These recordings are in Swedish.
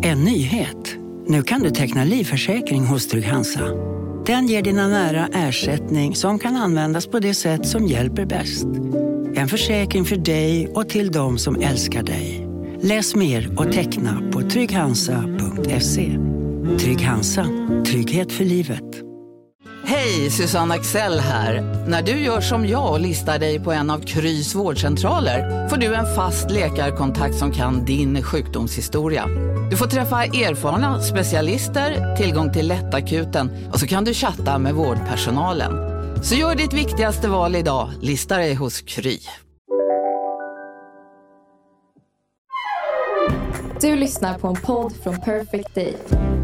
En nyhet. Nu kan du teckna livförsäkring hos Trygg-Hansa. Den ger dina nära ersättning som kan användas på det sätt som hjälper bäst. En försäkring för dig och till de som älskar dig. Läs mer och teckna på trygghansa.se. Trygg-Hansa. Trygghet för livet. Hej, Susanne Axel här. När du gör som jag och listar dig på en av Krys vårdcentraler får du en fast läkarkontakt som kan din sjukdomshistoria. Du får träffa erfarna specialister, tillgång till lättakuten och så kan du chatta med vårdpersonalen. Så gör ditt viktigaste val idag, lista dig hos Kry. Du lyssnar på en podd från Perfect Day.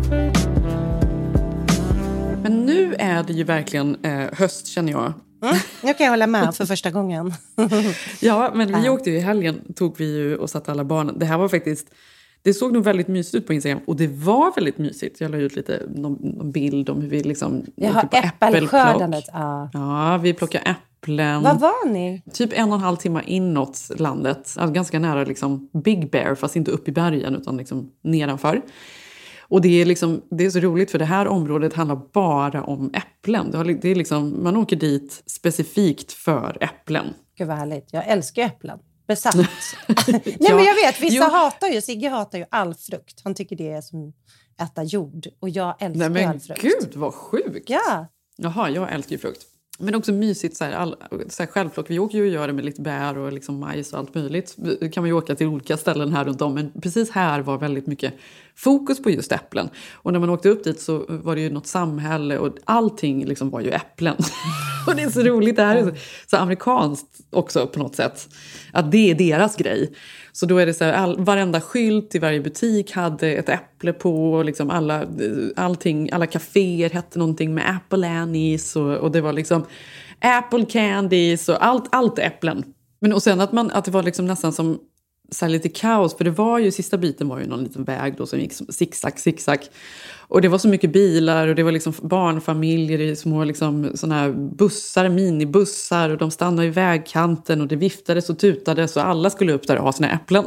Men nu är det ju verkligen höst, känner jag. Nu kan jag hålla med för första gången. Ja, men vi åkte ju i helgen, tog vi ju och satte alla barnen. Det här var faktiskt, det såg nog väldigt mysigt ut på Instagram. Och det var väldigt mysigt. Jag la ut lite någon bild om hur vi liksom... Jag har äppelskördandet. Ja, vi plockade äpplen. Var var ni? Typ 1,5 timme inåt landet. Alltså ganska nära liksom Big Bear, fast inte upp i bergen utan liksom nedanför. Och det är så roligt för det här området handlar bara om äpplen. Det är liksom, man åker dit specifikt för äpplen. Gud vad härligt. Jag älskar äpplen. Besatt. Nej men jag vet, Sigge hatar ju all frukt. Han tycker det är som äta jord. Och jag älskar all frukt. Men gud vad sjukt. Ja. Jaha, jag älskar ju frukt. Men också mysigt så här självplock. Vi åker ju och gör det med lite bär och liksom majs och allt möjligt. Kan man ju åka till olika ställen här runt om. Men precis här var väldigt mycket fokus på just äpplen. Och när man åkte upp dit så var det ju något samhälle och allting liksom var ju äpplen. Och det är så roligt, det här är så amerikanskt också på något sätt. Att det är deras grej. Så då är det så här, varenda skylt i varje butik hade ett äpple på. Och liksom alla kaféer hette någonting med apple anise. Och det var liksom apple candies och allt äpplen. Men och sen att det var liksom nästan som så här lite kaos. För det var ju, sista biten var ju någon liten väg då som gick zigzag. Och det var så mycket bilar och det var liksom barnfamiljer i små liksom såna här bussar, minibussar. Och de stannade i vägkanten och det viftades och tutades och alla skulle upp där och ha sina äpplen.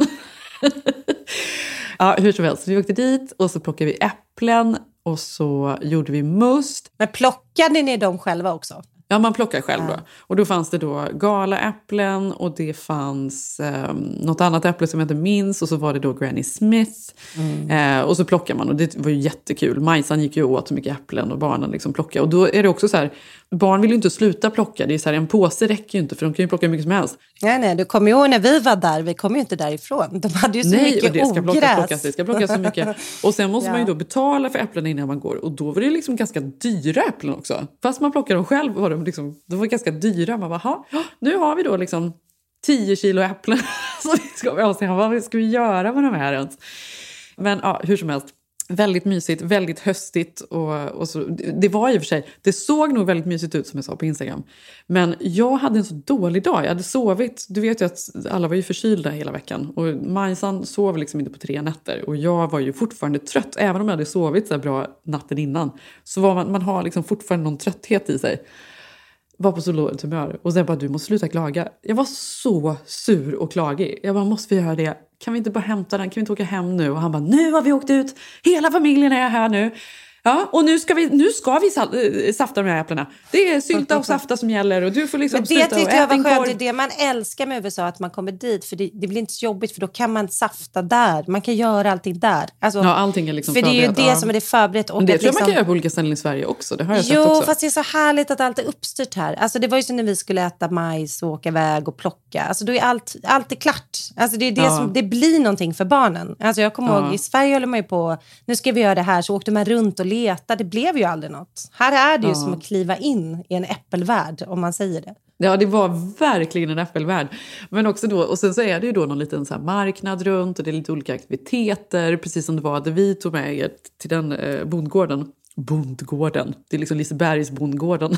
Ja, hur som helst. Vi åkte dit och så plockade vi äpplen och så gjorde vi must. Men plockade ni dem själva också? Ja, man plockar själv då. Och då fanns det då galaäpplen och det fanns något annat äpple som jag inte minns. Och så var det då Granny Smith. Och så plockar man och det var ju jättekul. Majsan gick ju åt så mycket äpplen och barnen liksom plockade. Och då är det också så här, barn vill ju inte sluta plocka. Det är så här, en påse räcker ju inte för de kan ju plocka hur mycket som helst. Nej, du kommer ju ihåg när vi var där. Vi kom ju inte därifrån. De hade ju så mycket ogräs. Det ska plockas så mycket. Och sen måste man ju då betala för äpplen innan man går. Och då var det liksom ganska dyra äpplen också. Fast man plockar dem själv var de var ganska dyra. Man bara, nu har vi då liksom 10 kilo äpplen. Så ska vi vad ska vi göra med de här ens? Men ja, hur som helst. Väldigt mysigt, väldigt höstigt och så, det var i och för sig, det såg nog väldigt mysigt ut som jag sa på Instagram. Men jag hade en så dålig dag, jag hade sovit, du vet ju att alla var ju förkylda hela veckan. Och Majsan sov liksom inte på 3 nätter och jag var ju fortfarande trött. Även om jag hade sovit så här bra natten innan så var man har liksom fortfarande någon trötthet i sig. Var på så lågt humör. Och sen bara, du måste sluta klaga. Jag var så sur och klagig. Jag bara, måste vi göra det? Kan vi inte bara hämta den? Kan vi inte åka hem nu? Och han bara, nu har vi åkt ut. Hela familjen är här nu. Ja, och nu ska vi safta de här äpplena. Det är sylta och safta som gäller. Och du får liksom sluta och äta. Det tyckte jag var skönt. Det är det man älskar med USA. Att man kommer dit. För det blir inte så jobbigt. För då kan man safta där. Man kan göra allting där. Alltså, ja, allting är liksom för förberett. Det är ju det som är det förberett. Och men det tror jag man kan göra på olika ställen i Sverige också. Det har jag sett också. Jo, fast det är så härligt att allt är uppstyrt här. Alltså det var ju så när vi skulle äta majs och åka iväg och plocka. Alltså då är allt är klart. Alltså det är det som, det blir någonting för barnen. Alltså jag kommer ihåg, i Sverige håller man ju på, nu ska vi göra det här. Så åkte man runt och leta. Det blev ju aldrig något. Här är det ju som att kliva in i en äppelvärld, om man säger det. Ja, det var verkligen en äppelvärld. Men också då, och sen så är det ju då någon liten så här marknad runt och det är lite olika aktiviteter. Precis som det var där vi tog med er till den bondgården. Bondgården. Det är liksom Lisebergs bondgården.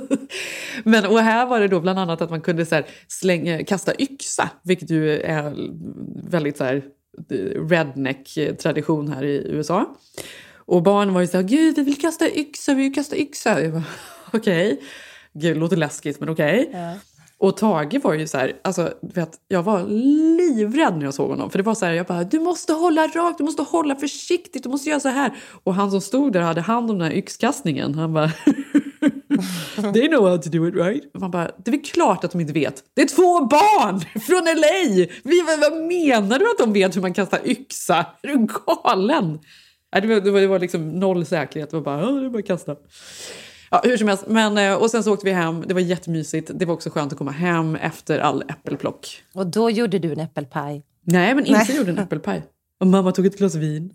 Men och här var det då bland annat att man kunde så här kasta yxa, vilket ju är väldigt så här redneck-tradition här i USA. Och barn var ju så här, gud vi vill kasta yxa. Jag bara, okej. Gud, det låter läskigt men okej. Ja. Och Tage var ju så här, alltså, vet, jag var livrädd när jag såg honom. För det var så här, jag bara, du måste hålla rakt, du måste hålla försiktigt, du måste göra så här. Och han som stod där hade hand om den här yxkastningen. Han bara, they know how to do it right. Och man bara, det är väl klart att de inte vet. Det är 2 barn från LA. Vad menar du att de vet hur man kastar yxa? Är du galen? Det var liksom noll säkerhet. Det var bara, det är bara att kasta. Ja, hur som helst. Men, och sen så åkte vi hem. Det var jättemysigt. Det var också skönt att komma hem efter all äppelplock. Och då gjorde du en äppelpaj? Nej, men inte gjorde en äppelpaj. Och mamma tog ett glas vin.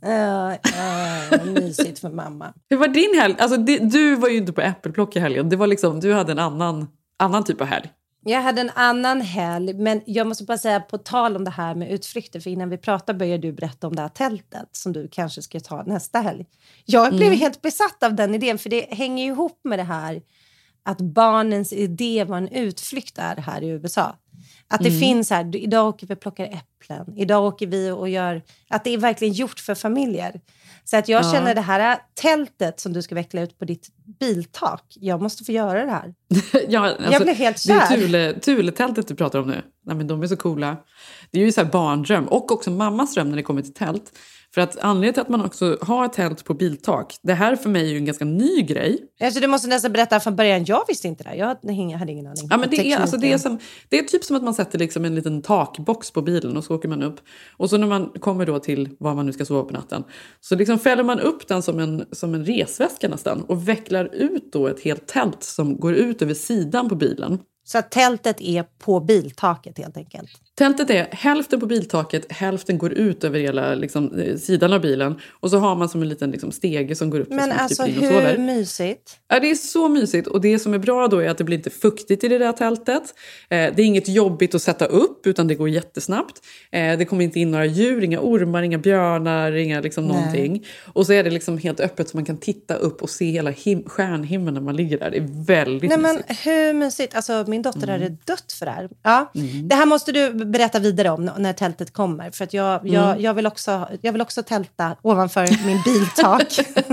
Mysigt för mamma. Hur var din helg? Alltså, du var ju inte på äppelplock i helgen. Det var liksom, du hade en annan typ av helg. Jag hade en annan helg, men jag måste bara säga på tal om det här med utflykter, för innan vi pratar börjar du berätta om det här tältet som du kanske ska ta nästa helg. Jag blev helt besatt av den idén, för det hänger ju ihop med det här att barnens idé var en utflykt här i USA. Att det finns här, idag åker vi och plockar äpplen, idag åker vi och gör, att det är verkligen gjort för familjer. Så att jag känner det här tältet som du ska veckla ut på ditt biltak, jag måste få göra det här. Ja, alltså, jag blev helt kär. Det är Thule-tältet du pratar om nu. Nej, men de är så coola. Det är ju så här barndröm och också mammas dröm när det kommer till tält. För att anledningen till att man också har ett tält på biltak, det här för mig är ju en ganska ny grej. Alltså, du måste nästan berätta från början, jag visste inte det. Jag hade ingen aning. Ja, men det är typ som att man sätter liksom en liten takbox på bilen och så åker man upp. Och så när man kommer då till var man nu ska sova på natten, så liksom fäller man upp den som en resväska nästan och vecklar ut då ett helt tält som går ut över sidan på bilen. Så att tältet är på biltaket helt enkelt? Tältet är hälften på biltaket, hälften går ut över hela sidan av bilen. Och så har man som en liten stege som går upp. Men alltså hur mysigt? Ja, det är så mysigt. Och det som är bra då är att det blir inte fuktigt i det där tältet. Det är inget jobbigt att sätta upp, utan det går jättesnabbt. Det kommer inte in några djur, inga ormar, inga björnar, inga någonting. Och så är det helt öppet så man kan titta upp och se hela stjärnhimlen när man ligger där. Det är väldigt mysigt. Men hur mysigt? Alltså min dotter hade dött för det här. Ja. Det här måste du berätta vidare om när tältet kommer. För att jag vill också tälta ovanför min biltak.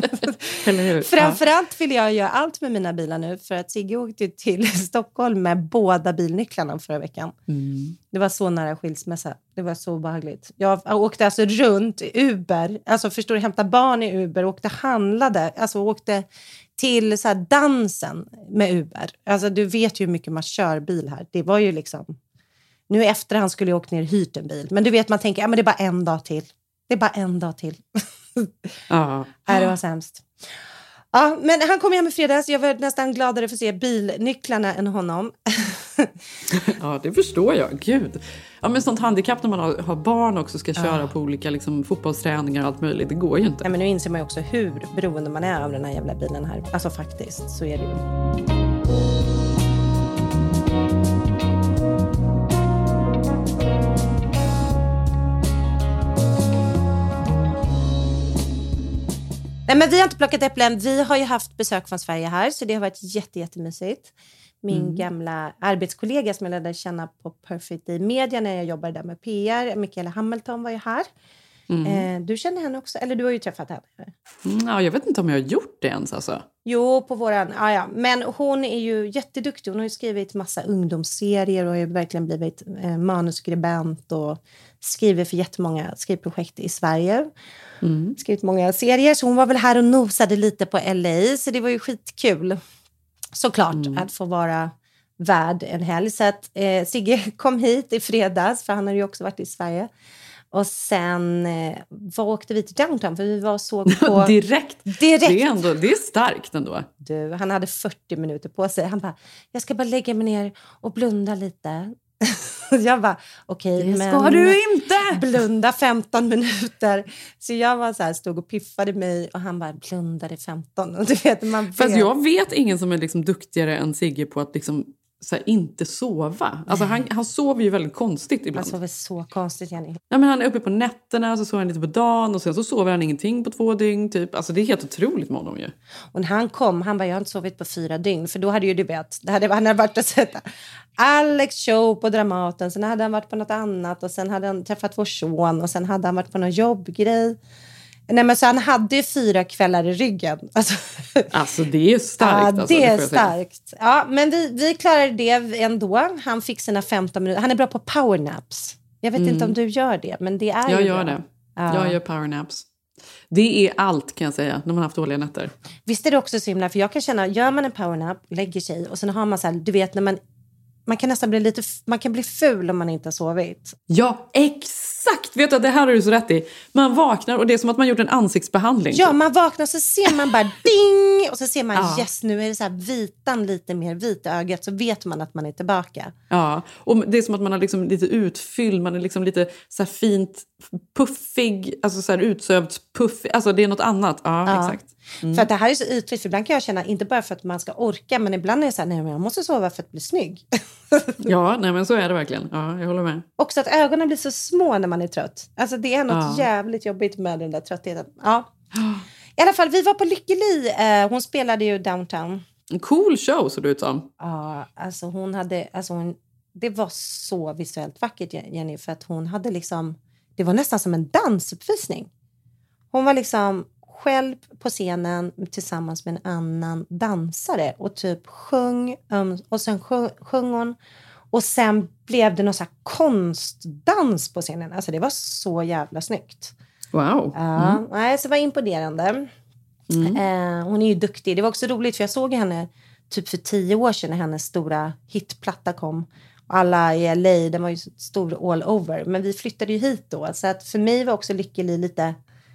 Framförallt vill jag göra allt med mina bilar nu. För att Sigge åkte till Stockholm med båda bilnycklarna förra veckan. Det var så nära skilsmässa. Det var så obehagligt. Jag åkte alltså runt i Uber. Alltså förstår du, hämta barn i Uber. Åkte handlade. Alltså åkte till så här dansen med Uber. Alltså du vet ju hur mycket man kör bil här. Det var ju nu efter han skulle jag åka ner och hyrt en bil. Men du vet, man tänker, men det är bara en dag till. Det är bara en dag till. Ja. Det var sämst. Ja, men han kom hem i fredags. Jag var nästan gladare för att se bilnycklarna än honom. Ja, det förstår jag. Gud. Ja, men sånt handikapp när man har barn också ska köra på olika fotbollsträningar och allt möjligt. Det går ju inte. Ja, men nu inser man ju också hur beroende man är av den här jävla bilen här. Alltså faktiskt, så är det ju. Nej, men vi har inte plockat äpplen. Vi har ju haft besök från Sverige här. Så det har varit jättemysigt. Min gamla arbetskollega som jag lärde känna på Perfect Day Media när jag jobbade där med PR. Michaela Hamilton var ju här. Du känner henne också? Eller du har ju träffat henne. Ja, jag vet inte om jag har gjort det ens alltså. Jo, på våran. Ja. Men hon är ju jätteduktig. Hon har ju skrivit massa ungdomsserier och har ju verkligen blivit manuskribent och skriver för jättemånga skrivprojekt i Sverige. Skrivit många serier. Så hon var väl här och nosade lite på LA. Så det var ju skitkul. Såklart att få vara värd en helg. Så att Sigge kom hit i fredags. För han har ju också varit i Sverige. Och sen åkte vi till downtown. För vi var och såg på... Direkt. Det är starkt ändå. Du, han hade 40 minuter på sig. Han bara, jag ska bara lägga mig ner och blunda lite. Jag bara, okej, men ska du inte blunda 15 minuter. Så jag var så här, stod och piffade mig och han bara blundade 15. Och du vet, Fast jag vet ingen som är duktigare än Sigge på att så här, inte sova. Alltså han sover ju väldigt konstigt ibland. Han sover så konstigt, Jenny. Ja, men han är uppe på nätterna, så sover han lite på dagen och sen så sover han ingenting på 2 dygn typ. Alltså det är helt otroligt med honom ju. Och när han kom, han bara, jag har inte sovit på 4 dygn. För då hade ju du vet, han hade varit och sett Alex show på Dramaten. Sen hade han varit på något annat och sen hade han träffat vår son och sen hade han varit på någon jobbgrej. Nej, men så han hade ju 4 kvällar i ryggen. Alltså det är starkt. Ja, det är starkt. Ja, men vi klarade det ändå. Han fick sina 15 minuter. Han är bra på powernaps. Jag vet inte om du gör det, men det är jag ju gör bra. det. Ja. Jag gör powernaps. Det är allt, kan jag säga, när man har haft dåliga nätter. Visst är det också så himla, för jag kan känna, gör man en powernap, lägger sig och sen har man så här, du vet, när man kan nästan bli man kan bli ful om man inte har sovit. Ja, exakt! Vet du, det här har du så rätt i. Man vaknar och det är som att man gjort en ansiktsbehandling. Ja, man vaknar och så ser man bara ding! Och så ser man, yes, nu är det så här vitan lite mer vit i ögat. Så vet man att man är tillbaka. Ja, och det är som att man är liksom lite utfylld. Man är liksom lite så här fint puffig. Alltså så här utsövd puffig. Alltså det är något annat. Ja. Exakt. För att det här är så ytligt. För ibland kan jag känna, inte bara för att man ska orka. Men ibland är det så här, nej men jag måste sova för att bli snygg. Ja, nej men så är det verkligen. Ja, jag håller med. Också att ögonen blir så små när man är trött. Alltså det är något jävligt jobbigt med den där tröttheten. Ja. I alla fall, vi var på Lykke Li. Hon spelade ju Downtown. En cool show, så det ut som. Ja, alltså det var så visuellt vackert, Jenny. För att hon hade liksom, det var nästan som en dansuppvisning. Hon var liksom själv på scenen tillsammans med en annan dansare. Och typ sjöng, och sen sjöng hon. Och sen blev det någon så här konstdans på scenen. Alltså det var så jävla snyggt. Wow. Ja, nej, så det var imponerande. Hon är ju duktig. Det var också roligt för jag såg henne typ för 10 år sedan när hennes stora hitplatta kom. Och alla i LA, den var ju stor all over. Men vi flyttade ju hit då. Så att för mig var också Lykke Li lite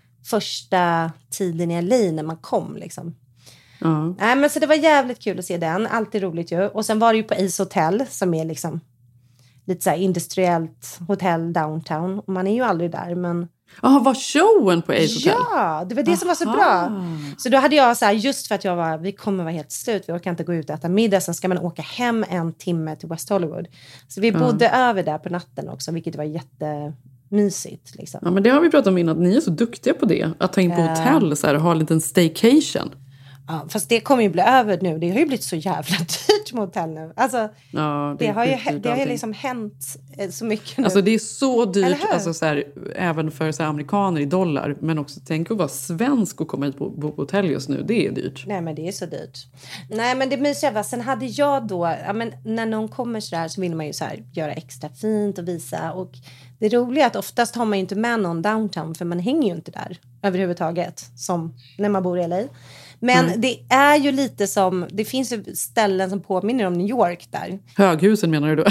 första tiden i LA när man kom liksom. Nej, men så det var jävligt kul att se den. Alltid roligt ju. Och sen var det ju på Ace Hotel som är liksom lite så här industriellt hotell downtown. Och man är ju aldrig där, men... Jaha, var showen på Ace Hotel? Ja, det var det som var så bra. Så då hade jag så här, just för att vi kommer vara helt slut. Vi orkar inte gå ut och äta middag. Sen ska man åka hem 1 timme till West Hollywood. Så vi bodde över där på natten också, vilket var jättemysigt. Liksom. Ja, men det har vi pratat om innan, att ni är så duktiga på det. Att ta in på hotell så här, och ha en liten staycation. Ja, fast det kommer ju bli över nu. Det har ju blivit så jävla dyrt med hotell nu. Alltså, det har ju liksom hänt så mycket nu. Alltså det är så dyrt, alltså, så här, även för så här, amerikaner i dollar. Men också tänk att vara svensk och komma hit på hotell just nu. Det är dyrt. Nej, men det är så dyrt. Nej, men det mysiga var, sen hade jag då, när någon kommer så där så vill man ju så här, göra extra fint och visa. Och det roliga är att oftast har man ju inte med någon downtown, för man hänger ju inte där överhuvudtaget, som när man bor i LA. Men det är ju lite som, det finns ju ställen som påminner om New York där. Höghusen menar du då?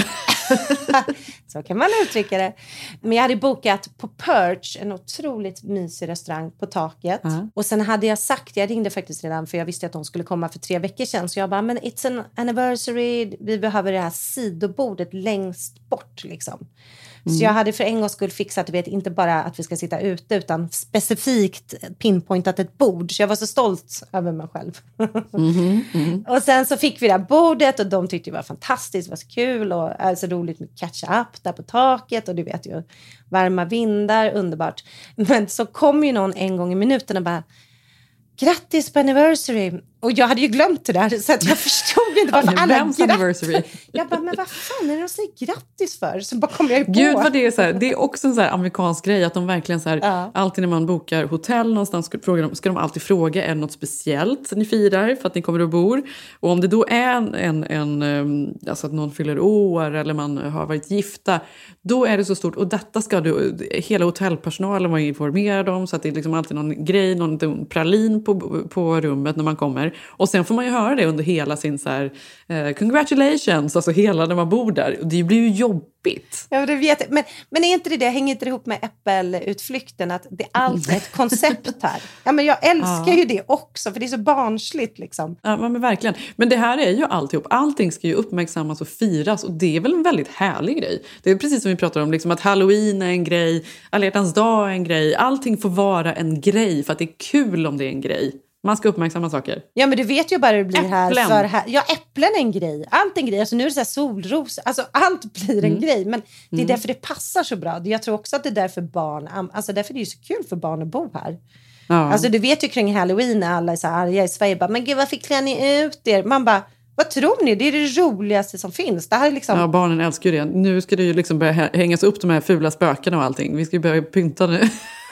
Så kan man uttrycka det. Men jag hade bokat på Perch, en otroligt mysig restaurang på taket. Och sen hade jag sagt, jag ringde faktiskt redan för jag visste att de skulle komma för 3 veckor sedan. Så jag bara, men it's an anniversary, vi behöver det här sidobordet längst bort liksom. Så jag hade för en gångs skull fixat, du vet, inte bara att vi ska sitta ute utan specifikt pinpointat ett bord. Så jag var så stolt över mig själv. Och sen så fick vi det här bordet och de tyckte det var fantastiskt, det var så kul och så roligt med catch-up där på taket och du vet ju, varma vindar, underbart. Men så kom ju någon en gång i minuten och bara, grattis på anniversary. Och jag hade ju glömt det där, så att jag förstod inte varför alla anniversary. Jag bara, men vad fan är det de säger grattis för? Så bara kom jag ju på. Gud vad det är så här, det är också en så här amerikansk grej att de verkligen så här, alltid när man bokar hotell någonstans ska de alltid fråga, är det något speciellt ni firar för att ni kommer och bor? Och om det då är alltså att någon fyller år eller man har varit gifta, då är det så stort. Och detta ska hela hotellpersonalen vara informerad om, så att det är liksom alltid någon grej, någon pralin på rummet när man kommer. Och sen får man ju höra det under hela sin så här, congratulations, alltså hela när man bor där. Och det blir ju jobbigt. Ja, det vet jag. Men är inte det, hänger inte det ihop med Apple-utflykten att det alltid är ett koncept här? Ja, men jag älskar ju det också, för det är så barnsligt liksom. Ja, men verkligen. Men det här är ju alltihop. Allting ska ju uppmärksammas och firas, och det är väl en väldigt härlig grej. Det är precis som vi pratar om, liksom, att Halloween är en grej, Alla hjärtans dag är en grej. Allting får vara en grej för att det är kul om det är en grej. Man ska uppmärksamma saker. Ja, men du vet ju bara hur det blir äpplen. här. Ja, äpplen är en grej. Allt är en grej. Alltså nu är det så här solros. Alltså allt blir en grej. Men det är därför det passar så bra. Jag tror också att det är därför barn... Alltså därför är det ju så kul för barn att bo här. Ja. Alltså du vet ju kring Halloween när alla är så arga i Sverige. Bara, men gud, varför klär ni ut er? Man bara... Vad tror ni? Det är det roligaste som finns. Det här är liksom... Ja, barnen älskar ju det. Nu ska det ju liksom börja hängas upp de här fula spökena och allting. Vi ska ju börja pynta nu.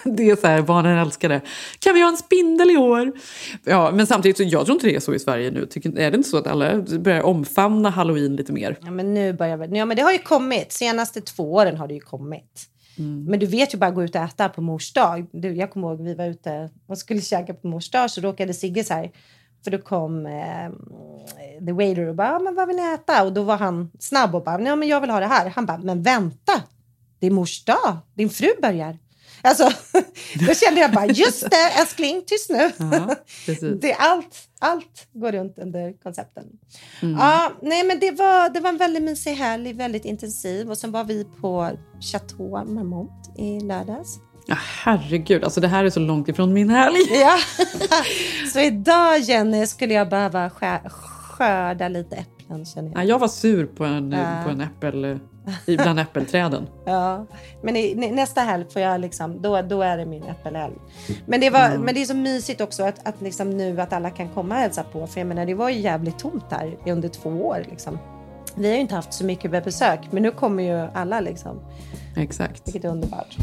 Det är så här, barnen älskar det. Kan vi ha en spindel i år? Ja, men samtidigt så jag tror inte det är så i Sverige nu. Är det inte så att alla börjar omfamna Halloween lite mer? Ja, men nu börjar väl. Ja, men det har ju kommit. Senaste 2 åren har det ju kommit. Men du vet ju bara gå ut och äta på mors dag. Jag kommer ihåg vi var ute och skulle käka på mors dag, så råkade Sigge så här. För då kom the waiter och bara, men vad vill ni äta? Och då var han snabb och bara, nej men jag vill ha det här. Han bara, men vänta, det är mors dag, din fru börjar. Alltså, då kände jag bara, just det, älskling, tyst nu. Ja, det är allt går runt under koncepten. Ja, nej men det var en väldigt mysig helg, väldigt intensiv. Och sen var vi på Chateau Marmont i lördags. Ja, herregud, alltså det här är så långt ifrån min helg. Ja, så idag, Jenny, skulle jag behöva skörda lite äpplen, känner jag. Ja, jag var sur på en äppel bland äppelträden. Ja, men nästa helg får jag liksom, då är det min äppelhelg. Men det är så mysigt också att liksom nu att alla kan komma och hälsa på. För jag menar, det var ju jävligt tomt här under 2 år liksom. Vi har ju inte haft så mycket besök, men nu kommer ju alla liksom. Exakt. Vilket är underbart.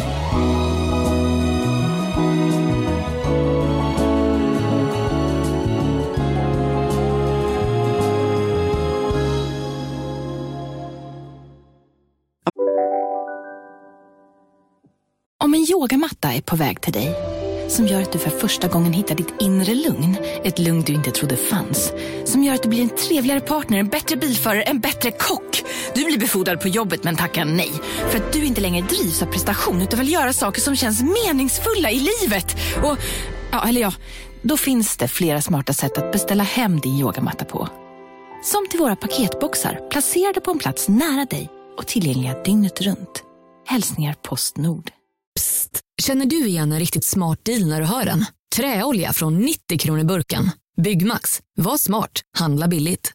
Om en yogamatta är på väg till dig, som gör att du för första gången hittar ditt inre lugn, ett lugn du inte trodde fanns, som gör att du blir en trevligare partner, en bättre bilförare, en bättre kock. Du blir befordrad på jobbet men tackar nej, för att du inte längre drivs av prestation utan vill göra saker som känns meningsfulla i livet. Och, då finns det flera smarta sätt att beställa hem din yogamatta på. Som till våra paketboxar, placerade på en plats nära dig och tillgängliga dygnet runt. Hälsningar Postnord. Psst, känner du igen en riktigt smart deal när du hör den? Träolja från 90 kronor burken. Byggmax, var smart, handla billigt.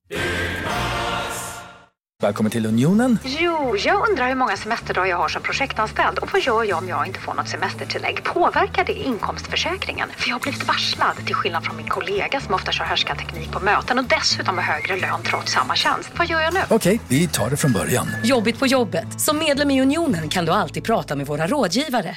Välkommen till Unionen. Jo, jag undrar hur många semesterdagar jag har som projektanställd. Och vad gör jag om jag inte får något semestertillägg? Påverkar det inkomstförsäkringen? För jag har blivit varslad, till skillnad från min kollega som ofta kör härskarteknik på möten och dessutom har högre lön trots samma tjänst. Vad gör jag nu? Okej, vi tar det från början. Jobbigt på jobbet. Som medlem i Unionen kan du alltid prata med våra rådgivare.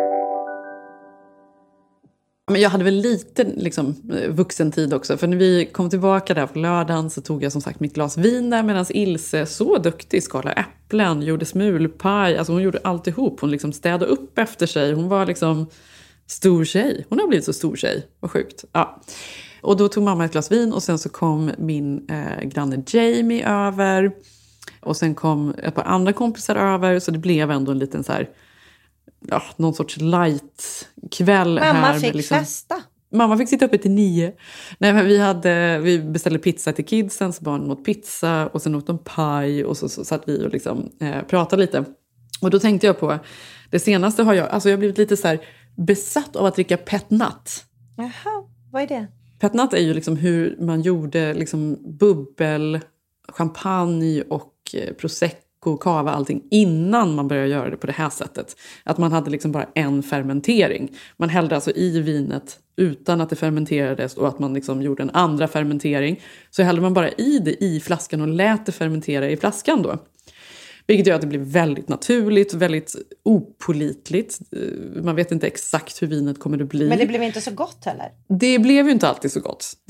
Men jag hade väl lite liksom, vuxentid också. För när vi kom tillbaka där på lördagen så tog jag som sagt mitt glas vin där. Medan Ilse, så duktig, skalade äpplen, gjorde smulpaj. Alltså hon gjorde alltihop. Hon liksom städade upp efter sig. Hon var liksom stor tjej. Hon har blivit så stor tjej. Vad sjukt. Ja. Och då tog mamma ett glas vin och sen så kom min granne Jamie över. Och sen kom ett par andra kompisar över. Så det blev ändå en liten så här... Ja, någon sorts light-kväll. Mamma här fick liksom, festa. Mamma fick sitta uppe till 9. Nej, men vi beställde pizza till kidsen, så barnen åt pizza och sen åt de paj och så satt vi och liksom, pratade lite. Och då tänkte jag på, det senaste har jag har blivit lite så här besatt av att dricka petnat. Jaha, vad är det? Petnat är ju liksom hur man gjorde liksom bubbel, champagne och prosecco, kava, allting innan man började göra det på det här sättet. Att man hade liksom bara en fermentering. Man hällde alltså i vinet utan att det fermenterades och att man liksom gjorde en andra fermentering. Så hällde man bara i det i flaskan och lät det fermentera i flaskan då. Vilket gör att det blir väldigt naturligt, väldigt opålitligt. Man vet inte exakt hur vinet kommer att bli. Men det blev inte så gott heller. Det blev ju inte alltid så gott. Det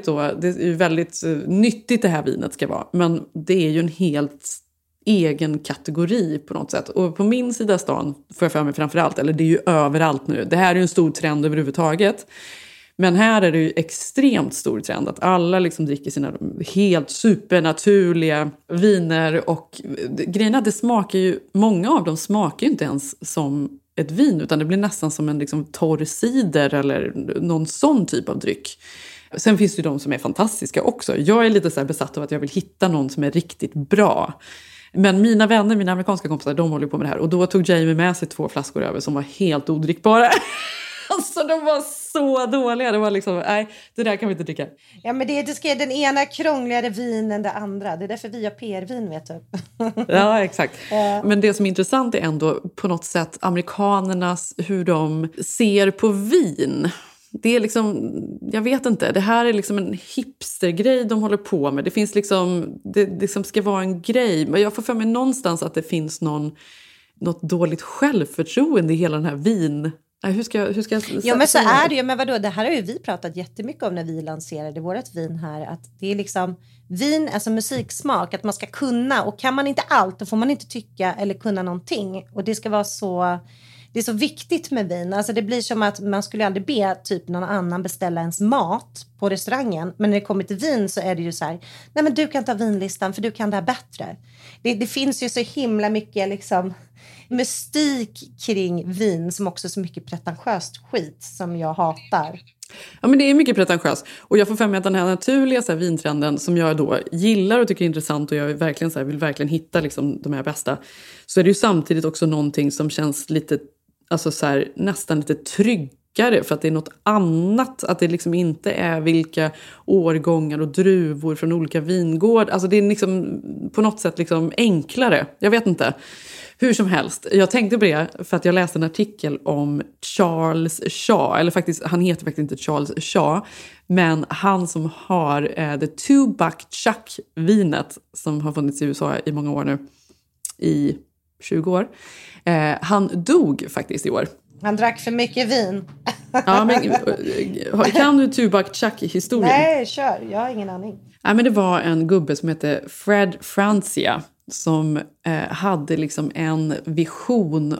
är väldigt nyttigt det här vinet ska vara. Men det är ju en helt egen kategori på något sätt. Och på min sida stan får jag för mig framförallt, eller det är ju överallt nu. Det här är ju en stor trend överhuvudtaget. Men här är det ju extremt stor trend att alla liksom dricker sina helt supernaturliga viner. Och grejerna, det smakar ju, många av dem smakar ju inte ens som ett vin, utan det blir nästan som en liksom torr cider eller någon sån typ av dryck. Sen finns det ju de som är fantastiska också. Jag är lite så här besatt av att jag vill hitta någon som är riktigt bra. Men mina vänner, mina amerikanska kompisar, de håller på med det här. Och då tog Jamie med sig 2 flaskor över som var helt odrickbara. Alltså de var så dåliga. Det var liksom, nej, det där kan vi inte dricka. Ja, men det ska den ena krångligare vin än det andra. Det är därför vi har PR-vin, vet du. Ja, exakt. Men det som är intressant är ändå på något sätt amerikanernas, hur de ser på vin. Det är liksom, jag vet inte, det här är liksom en hipstergrej de håller på med. Det finns liksom, det som ska vara en grej. Men jag får för mig någonstans att det finns något dåligt självförtroende i hela den här Hur ska jag ja, men så är det ju. Men vadå, det här har ju vi pratat jättemycket om när vi lanserade vårt vin här. Att det är liksom vin, alltså musiksmak. Att man ska kunna. Och kan man inte allt, då får man inte tycka eller kunna någonting. Och det ska vara så... Det är så viktigt med vin. Alltså det blir som att man skulle aldrig be typ någon annan beställa ens mat på restaurangen. Men när det kommer till vin så är det ju så här. Nej, men du kan ta vinlistan för du kan det här bättre. Det finns ju så himla mycket liksom mystik kring vin som också är så mycket pretentiöst skit som jag hatar. Ja, men det är mycket pretentiöst. Och jag får för mig att den här naturliga så här, vintrenden som jag då gillar och tycker är intressant och jag verkligen, så här, vill verkligen hitta liksom, de här bästa. Så är det ju samtidigt också någonting som känns lite, alltså så här, nästan lite tryggare för att det är något annat. Att det liksom inte är vilka årgångar och druvor från olika vingård. Alltså det är liksom på något sätt liksom enklare. Jag vet inte. Hur som helst, jag tänkte på det för att jag läste en artikel om Charles Shaw, eller faktiskt, han heter faktiskt inte Charles Shaw, men han som har The Two Buck Chuck-vinet som har funnits i USA i många år nu, i 20 år. Han dog faktiskt i år. Han drack för mycket vin. Ja, men kan du Two Buck Chuck-historien? Nej, kör. Jag har ingen aning. Ja, men det var en gubbe som hette Fred Francia som hade liksom en vision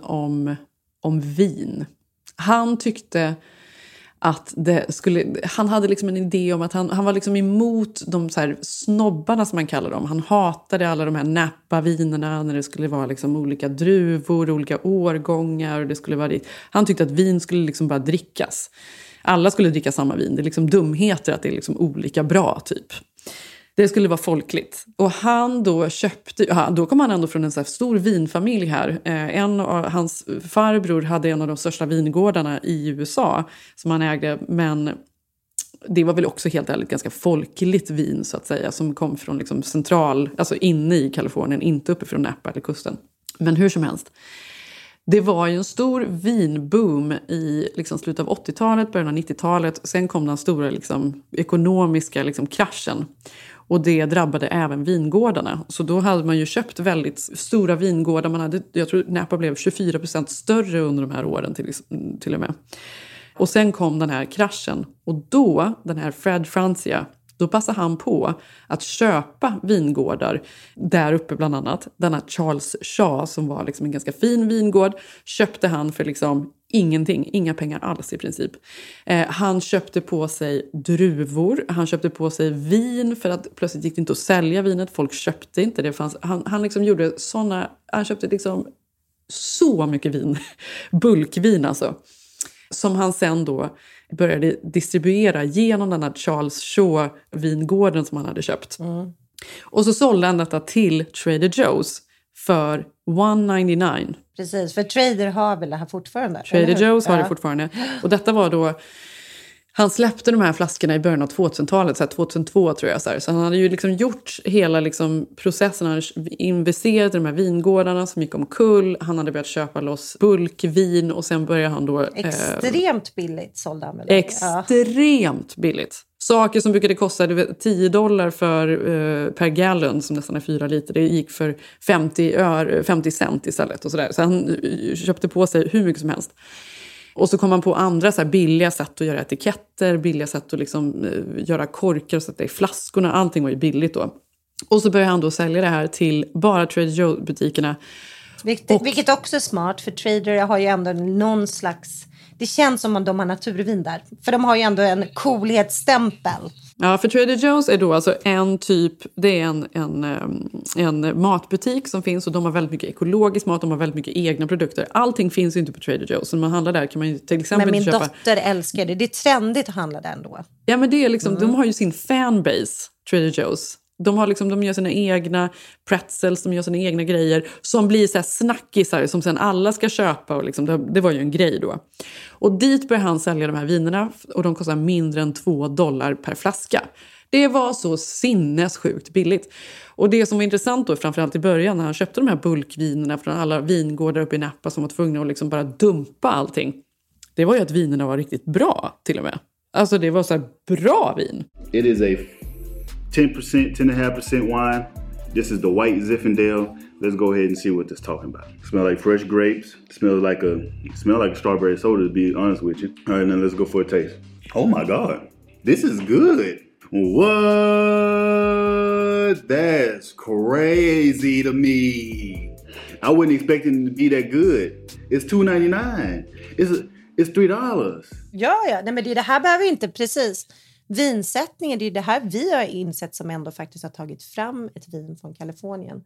om vin. Han tyckte att han hade liksom en idé om att han var liksom emot de så här snobbarna som man kallar dem. Han hatade alla de här Napa-vinerna när det skulle vara liksom olika druvor, olika årgångar. Och det skulle vara dit. Han tyckte att vin skulle liksom bara drickas. Alla skulle dricka samma vin. Det är liksom dumheter att det är liksom olika bra typ. Det skulle vara folkligt. Och han då då kom han ändå från en så här stor vinfamilj här. En av hans farbror hade en av de största vingårdarna i USA som han ägde. Men det var väl också helt ärligt ganska folkligt vin så att säga. Som kom från liksom alltså inne i Kalifornien, inte uppe från Napa eller kusten. Men hur som helst. Det var ju en stor vinboom i liksom slutet av 80-talet, början av 90-talet. Sen kom den stora liksom, ekonomiska liksom, kraschen. Och det drabbade även vingårdarna. Så då hade man ju köpt väldigt stora vingårdar. Jag tror Napa blev 24% större under de här åren till och med. Och sen kom den här kraschen. Och då, den här Fred Francia, då passade han på att köpa vingårdar där uppe bland annat. Denna Charles Shaw som var liksom en ganska fin vingård köpte han för liksom ingenting, inga pengar alls i princip. Han köpte på sig druvor, han köpte på sig vin för att plötsligt gick det inte att sälja vinet. Folk köpte inte det. Han liksom gjorde han köpte liksom så mycket vin, bulkvin alltså. Som han sen då började distribuera genom den här Charles Shaw-vingården som han hade köpt. Mm. Och så sålde han detta till Trader Joe's för $1.99. Precis, för Trader har väl det här fortfarande? Trader Joe's har det fortfarande. Och detta var då... Han släppte de här flaskorna i början av 2000-talet, så här 2002 tror jag. Så han hade ju liksom gjort hela liksom processen. Han hade investerat i de här vingårdarna som gick omkull. Han hade börjat köpa loss bulkvin och sen började han då... Extremt billigt sålde han väl? Extremt billigt. Saker som brukade kosta $10 per gallon, som nästan är 4 liter. Det gick för 50 cent istället. Och så han köpte på sig hur mycket som helst. Och så kom man på andra så här billiga sätt att göra etiketter, billiga sätt att liksom göra korkar och sätta i flaskorna. Allting var ju billigt då. Och så började han då sälja det här till bara Trader Joe-butikerna. Vilket också är smart, för Trader har ju ändå någon slags... Det känns som att de har naturvin där. För de har ju ändå en coolhetsstämpel. Ja, för Trader Joe's är då alltså det är en matbutik som finns och de har väldigt mycket ekologisk mat, de har väldigt mycket egna produkter. Allting finns ju inte på Trader Joe's. Så när man handlar där kan man ju till exempel men min köpa... dotter älskar det. Det är trendigt att handla där ändå. Ja, men det är liksom, de har ju sin fanbase, Trader Joe's. De gör sina egna pretzels, de gör sina egna grejer som blir så här snackisar som sen alla ska köpa. Och liksom, det var ju en grej då. Och dit började han sälja de här vinerna och de kostar mindre än $2 per flaska. Det var så sinnessjukt billigt. Och det som var intressant då, framförallt i början när han köpte de här bulkvinerna från alla vingårdar uppe i Napa som var tvungna att liksom bara dumpa allting. Det var ju att vinerna var riktigt bra till och med. Alltså det var så här bra vin. It is a 10%, 10.5% wine. This is the White Zinfandel. Let's go ahead and see what this talking about. Smell like fresh grapes. Smell like a strawberry soda, to be honest with you. All right, now let's go for a taste. Oh my God, this is good. What? That's crazy to me. I wasn't expecting it to be that good. It's $2.99. It's $3. Ja. Nej, men det här behöver inte precis. Vinsättningen, det är det här vi har insett som ändå faktiskt har tagit fram ett vin från Kalifornien.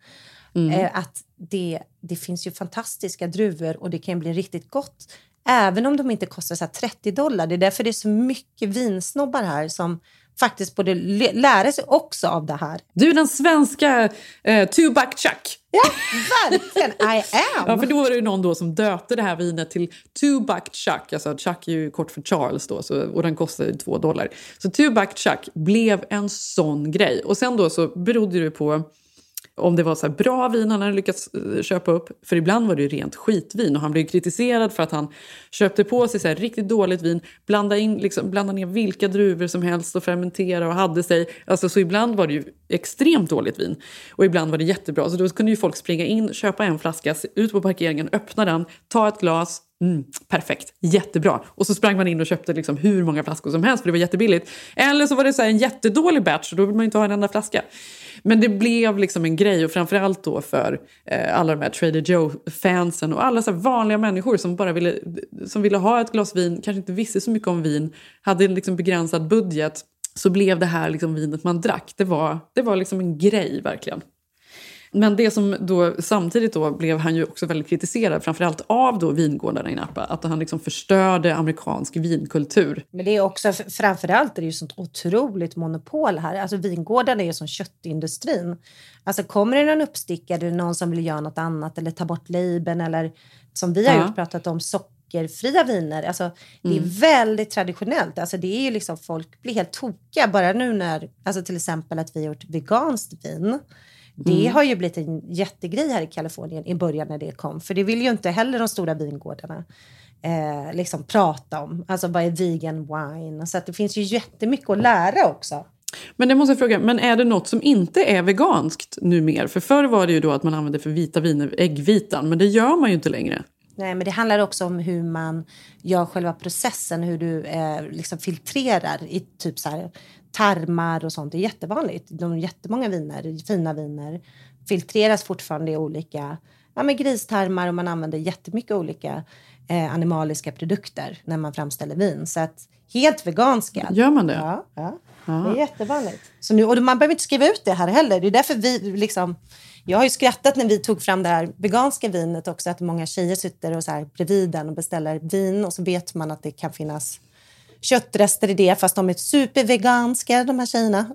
Att det finns ju fantastiska druvor och det kan bli riktigt gott. Även om de inte kostar så här $30. Det är därför det är så mycket vinsnobbar här som faktiskt borde lära sig också av det här. Du är den svenska Two-Buck Chuck. Ja, verkligen. I am. Ja, för då var det ju någon då som döpte det här vinet till Two-Buck Chuck. Alltså Chuck är ju kort för Charles då, och den kostade $2. Så Two-Buck Chuck blev en sån grej. Och sen då så berodde det på om det var så här bra vin han hade lyckats köpa upp. För ibland var det ju rent skitvin. Och han blev kritiserad för att han köpte på sig så här riktigt dåligt vin. Blanda ner vilka druvor som helst och fermentera och hade sig. Alltså så ibland var det ju extremt dåligt vin. Och ibland var det jättebra. Så då kunde ju folk springa in, köpa en flaska, ut på parkeringen, öppna den, ta ett glas. Perfekt, jättebra. Och så sprang man in och köpte liksom hur många flaskor som helst för det var jättebilligt. Eller så var det så här en jättedålig batch och då vill man inte ha en enda flaska. Men det blev liksom en grej och framförallt då för alla de här Trader Joe-fansen och alla så här vanliga människor som bara ville ha ett glas vin, kanske inte visste så mycket om vin, hade en liksom begränsad budget, så blev det här liksom vinet man drack. Det var liksom en grej verkligen. Men det som då samtidigt då blev han ju också väldigt kritiserad, framförallt av då vingårdarna i Napa, att han liksom förstörde amerikansk vinkultur. Men det är också, framförallt är det ju sånt otroligt monopol här. Alltså vingårdarna är ju som köttindustrin. Alltså kommer det någon uppstickare, någon som vill göra något annat eller ta bort labeln eller som vi har pratat om sockerfria viner. Alltså det är väldigt traditionellt. Alltså det är ju liksom, folk blir helt tokiga bara nu när, alltså till exempel att vi har gjort veganskt vin. Det har ju blivit en jättegrej här i Kalifornien i början när det kom. För det vill ju inte heller de stora vingårdarna liksom prata om. Alltså vad är vegan wine? Så att det finns ju jättemycket att lära också. Men det måste jag fråga, men är det något som inte är veganskt numera? För förr var det ju då att man använde för vita viner, äggvitan. Men det gör man ju inte längre. Nej, men det handlar också om hur man gör själva processen. Hur du liksom filtrerar i typ så här tarmar och sånt. Det är jättevanligt. Jättemånga viner, fina viner, filtreras fortfarande i olika med gristarmar och man använder jättemycket olika animaliska produkter när man framställer vin. Så att helt veganska. Gör man det? Ja. Det är jättevanligt. Så nu, och man behöver inte skriva ut det här heller. Det är därför vi liksom... Jag har ju skrattat när vi tog fram det här veganska vinet också. Att många tjejer sitter och så här bredvid den och beställer vin. Och så vet man att det kan finnas köttrester i det. Fast de är superveganska, de här tjejerna.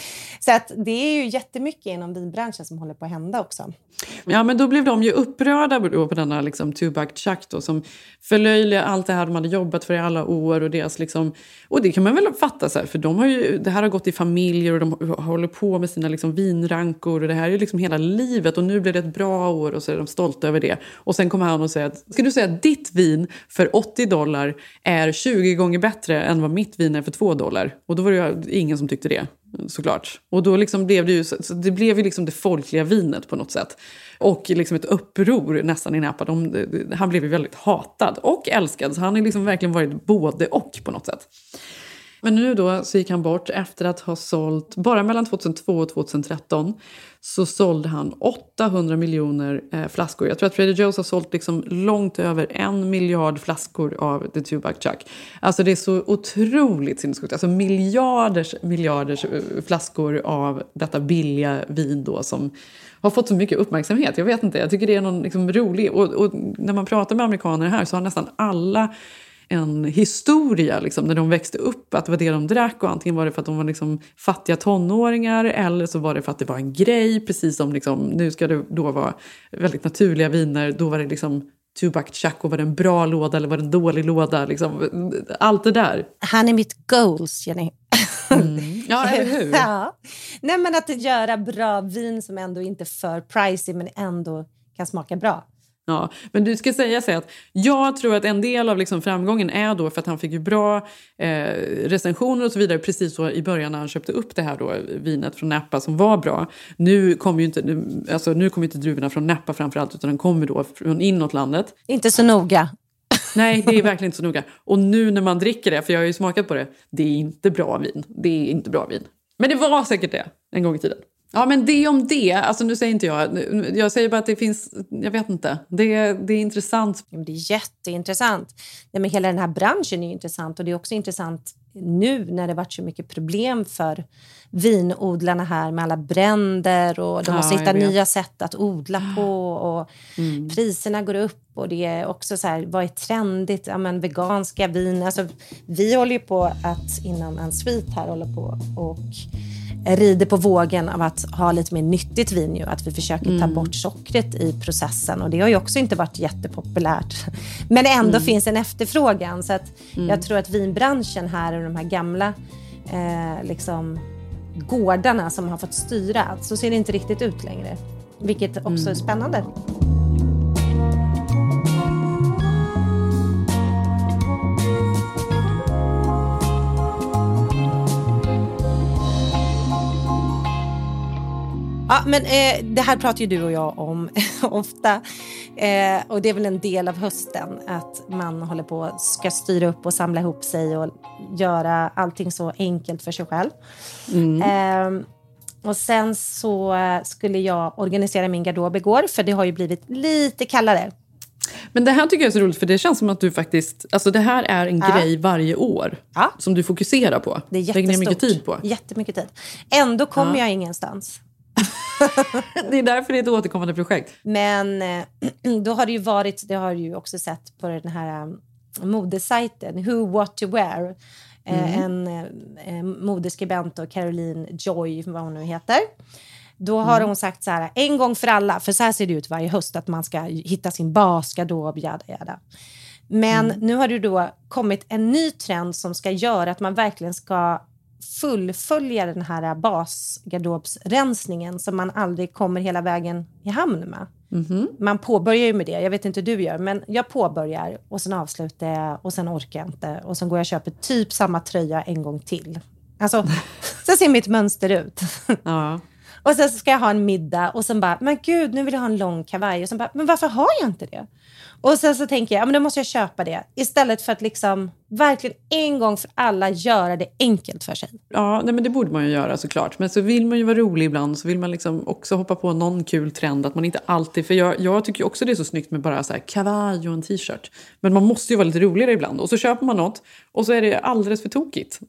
Så att det är ju jättemycket inom vinbranschen som håller på att hända också. Ja, men då blev de ju upprörda på denna liksom Two-Buck Chuck då, som förlöjliga allt det här de hade jobbat för i alla år och deras liksom, och det kan man väl fatta så här, för de har ju, det här har gått i familjer och de håller på med sina liksom vinrankor och det här är ju liksom hela livet och nu blir det ett bra år och så är de stolta över det. Och sen kommer han och säger att, ska du säga att ditt vin för $80 är 20 gånger bättre än vad mitt vin är för $2? Och då var det ju ingen som tyckte det. Såklart. Och då liksom blev det ju så det blev ju liksom det folkliga vinet på något sätt. Och liksom ett uppror nästan i Napa. Han blev ju väldigt hatad och älskad. Så han har liksom verkligen varit både och på något sätt. Men nu då så gick han bort efter att ha sålt, bara mellan 2002 och 2013 så sålde han 800 miljoner flaskor. Jag tror att Trader Joe's har sålt liksom långt över 1 miljard flaskor av The Two-Buck Chuck. Alltså det är så otroligt sinnessjukt. Alltså miljarders flaskor av detta billiga vin då som har fått så mycket uppmärksamhet. Jag vet inte, jag tycker det är någon liksom rolig. Och när man pratar med amerikaner här så har nästan alla en historia liksom, när de växte upp, att det var det de drack och antingen var det för att de var liksom fattiga tonåringar eller så var det för att det var en grej, precis som liksom, nu ska det då vara väldigt naturliga viner, då var det liksom Two-Buck Chuck och var det en bra låda eller var det en dålig låda liksom, allt det där. Han är mitt goals, Jenny. Ja, eller hur? Ja. Nej, men att göra bra vin som ändå inte är för pricey men ändå kan smaka bra. Ja, men du ska säga så att jag tror att en del av liksom framgången är då för att han fick ju bra recensioner och så vidare precis så i början när han köpte upp det här då, vinet från Napa som var bra. Nu kommer ju inte druvorna från Napa framförallt, utan de kommer då från inåt landet. Inte så noga. Nej, det är verkligen inte så noga. Och nu när man dricker det, för jag har ju smakat på det, det är inte bra vin. Det är inte bra vin. Men det var säkert det en gång i tiden. Ja, men det om det. Alltså nu säger inte jag säger bara att det finns, jag vet inte. Det är intressant. Det är jätteintressant. Nej, men hela den här branschen är intressant, och det är också intressant nu när det varit så mycket problem för vinodlarna här med alla bränder, och de måste hitta nya sätt att odla på, och priserna går upp, och det är också så här, vad är trendigt? Ja, men veganska vin. Alltså, vi håller ju på att inom en svit här håller på och rider på vågen av att ha lite mer nyttigt vin ju, att vi försöker ta bort sockret i processen, och det har ju också inte varit jättepopulärt, men ändå finns en efterfrågan, så att jag tror att vinbranschen här och de här gamla liksom gårdarna som har fått styra, så ser det inte riktigt ut längre, vilket också är spännande. Ja, men det här pratar ju du och jag om ofta. Och det är väl en del av hösten att man håller på ska styra upp och samla ihop sig och göra allting så enkelt för sig själv. Och sen så skulle jag organisera min garderob igår, för det har ju blivit lite kallare. Men det här tycker jag är så roligt, för det känns som att du faktiskt, alltså det här är en grej varje år som du fokuserar på. Det är jättestort. Lägger ner mycket tid på. Jättemycket tid. Ändå kommer jag ingenstans. Det är därför det är ett återkommande projekt. Men då har det ju varit, det har du ju också sett på den här modesajten Who What To Wear. En modeskribent och Caroline Joy, vad hon nu heter. Då har hon sagt så här, en gång för alla, för så här ser det ut varje höst, att man ska hitta sin basgarderob, jada. Men nu har det då kommit en ny trend som ska göra att man verkligen ska fullfölja den här basgarderobsrensningen som man aldrig kommer hela vägen i hamn med. Man påbörjar ju med det, jag vet inte hur du gör, men jag påbörjar och sen avslutar jag och sen orkar jag inte, och sen går jag och köper typ samma tröja en gång till. Alltså, så ser mitt mönster ut. Ja. Och sen ska jag ha en middag och sen bara, men gud, nu vill jag ha en lång kavaj, och sen bara, men varför har jag inte det? Och sen så tänker jag, ja, men då måste jag köpa det. Istället för att liksom verkligen en gång för alla göra det enkelt för sig. Ja, nej, men det borde man ju göra såklart. Men så vill man ju vara rolig ibland, så vill man liksom också hoppa på någon kul trend. Att man inte alltid, för jag tycker också det är så snyggt med bara så här kavaj och en t-shirt. Men man måste ju vara lite roligare ibland. Och så köper man något och så är det alldeles för tokigt.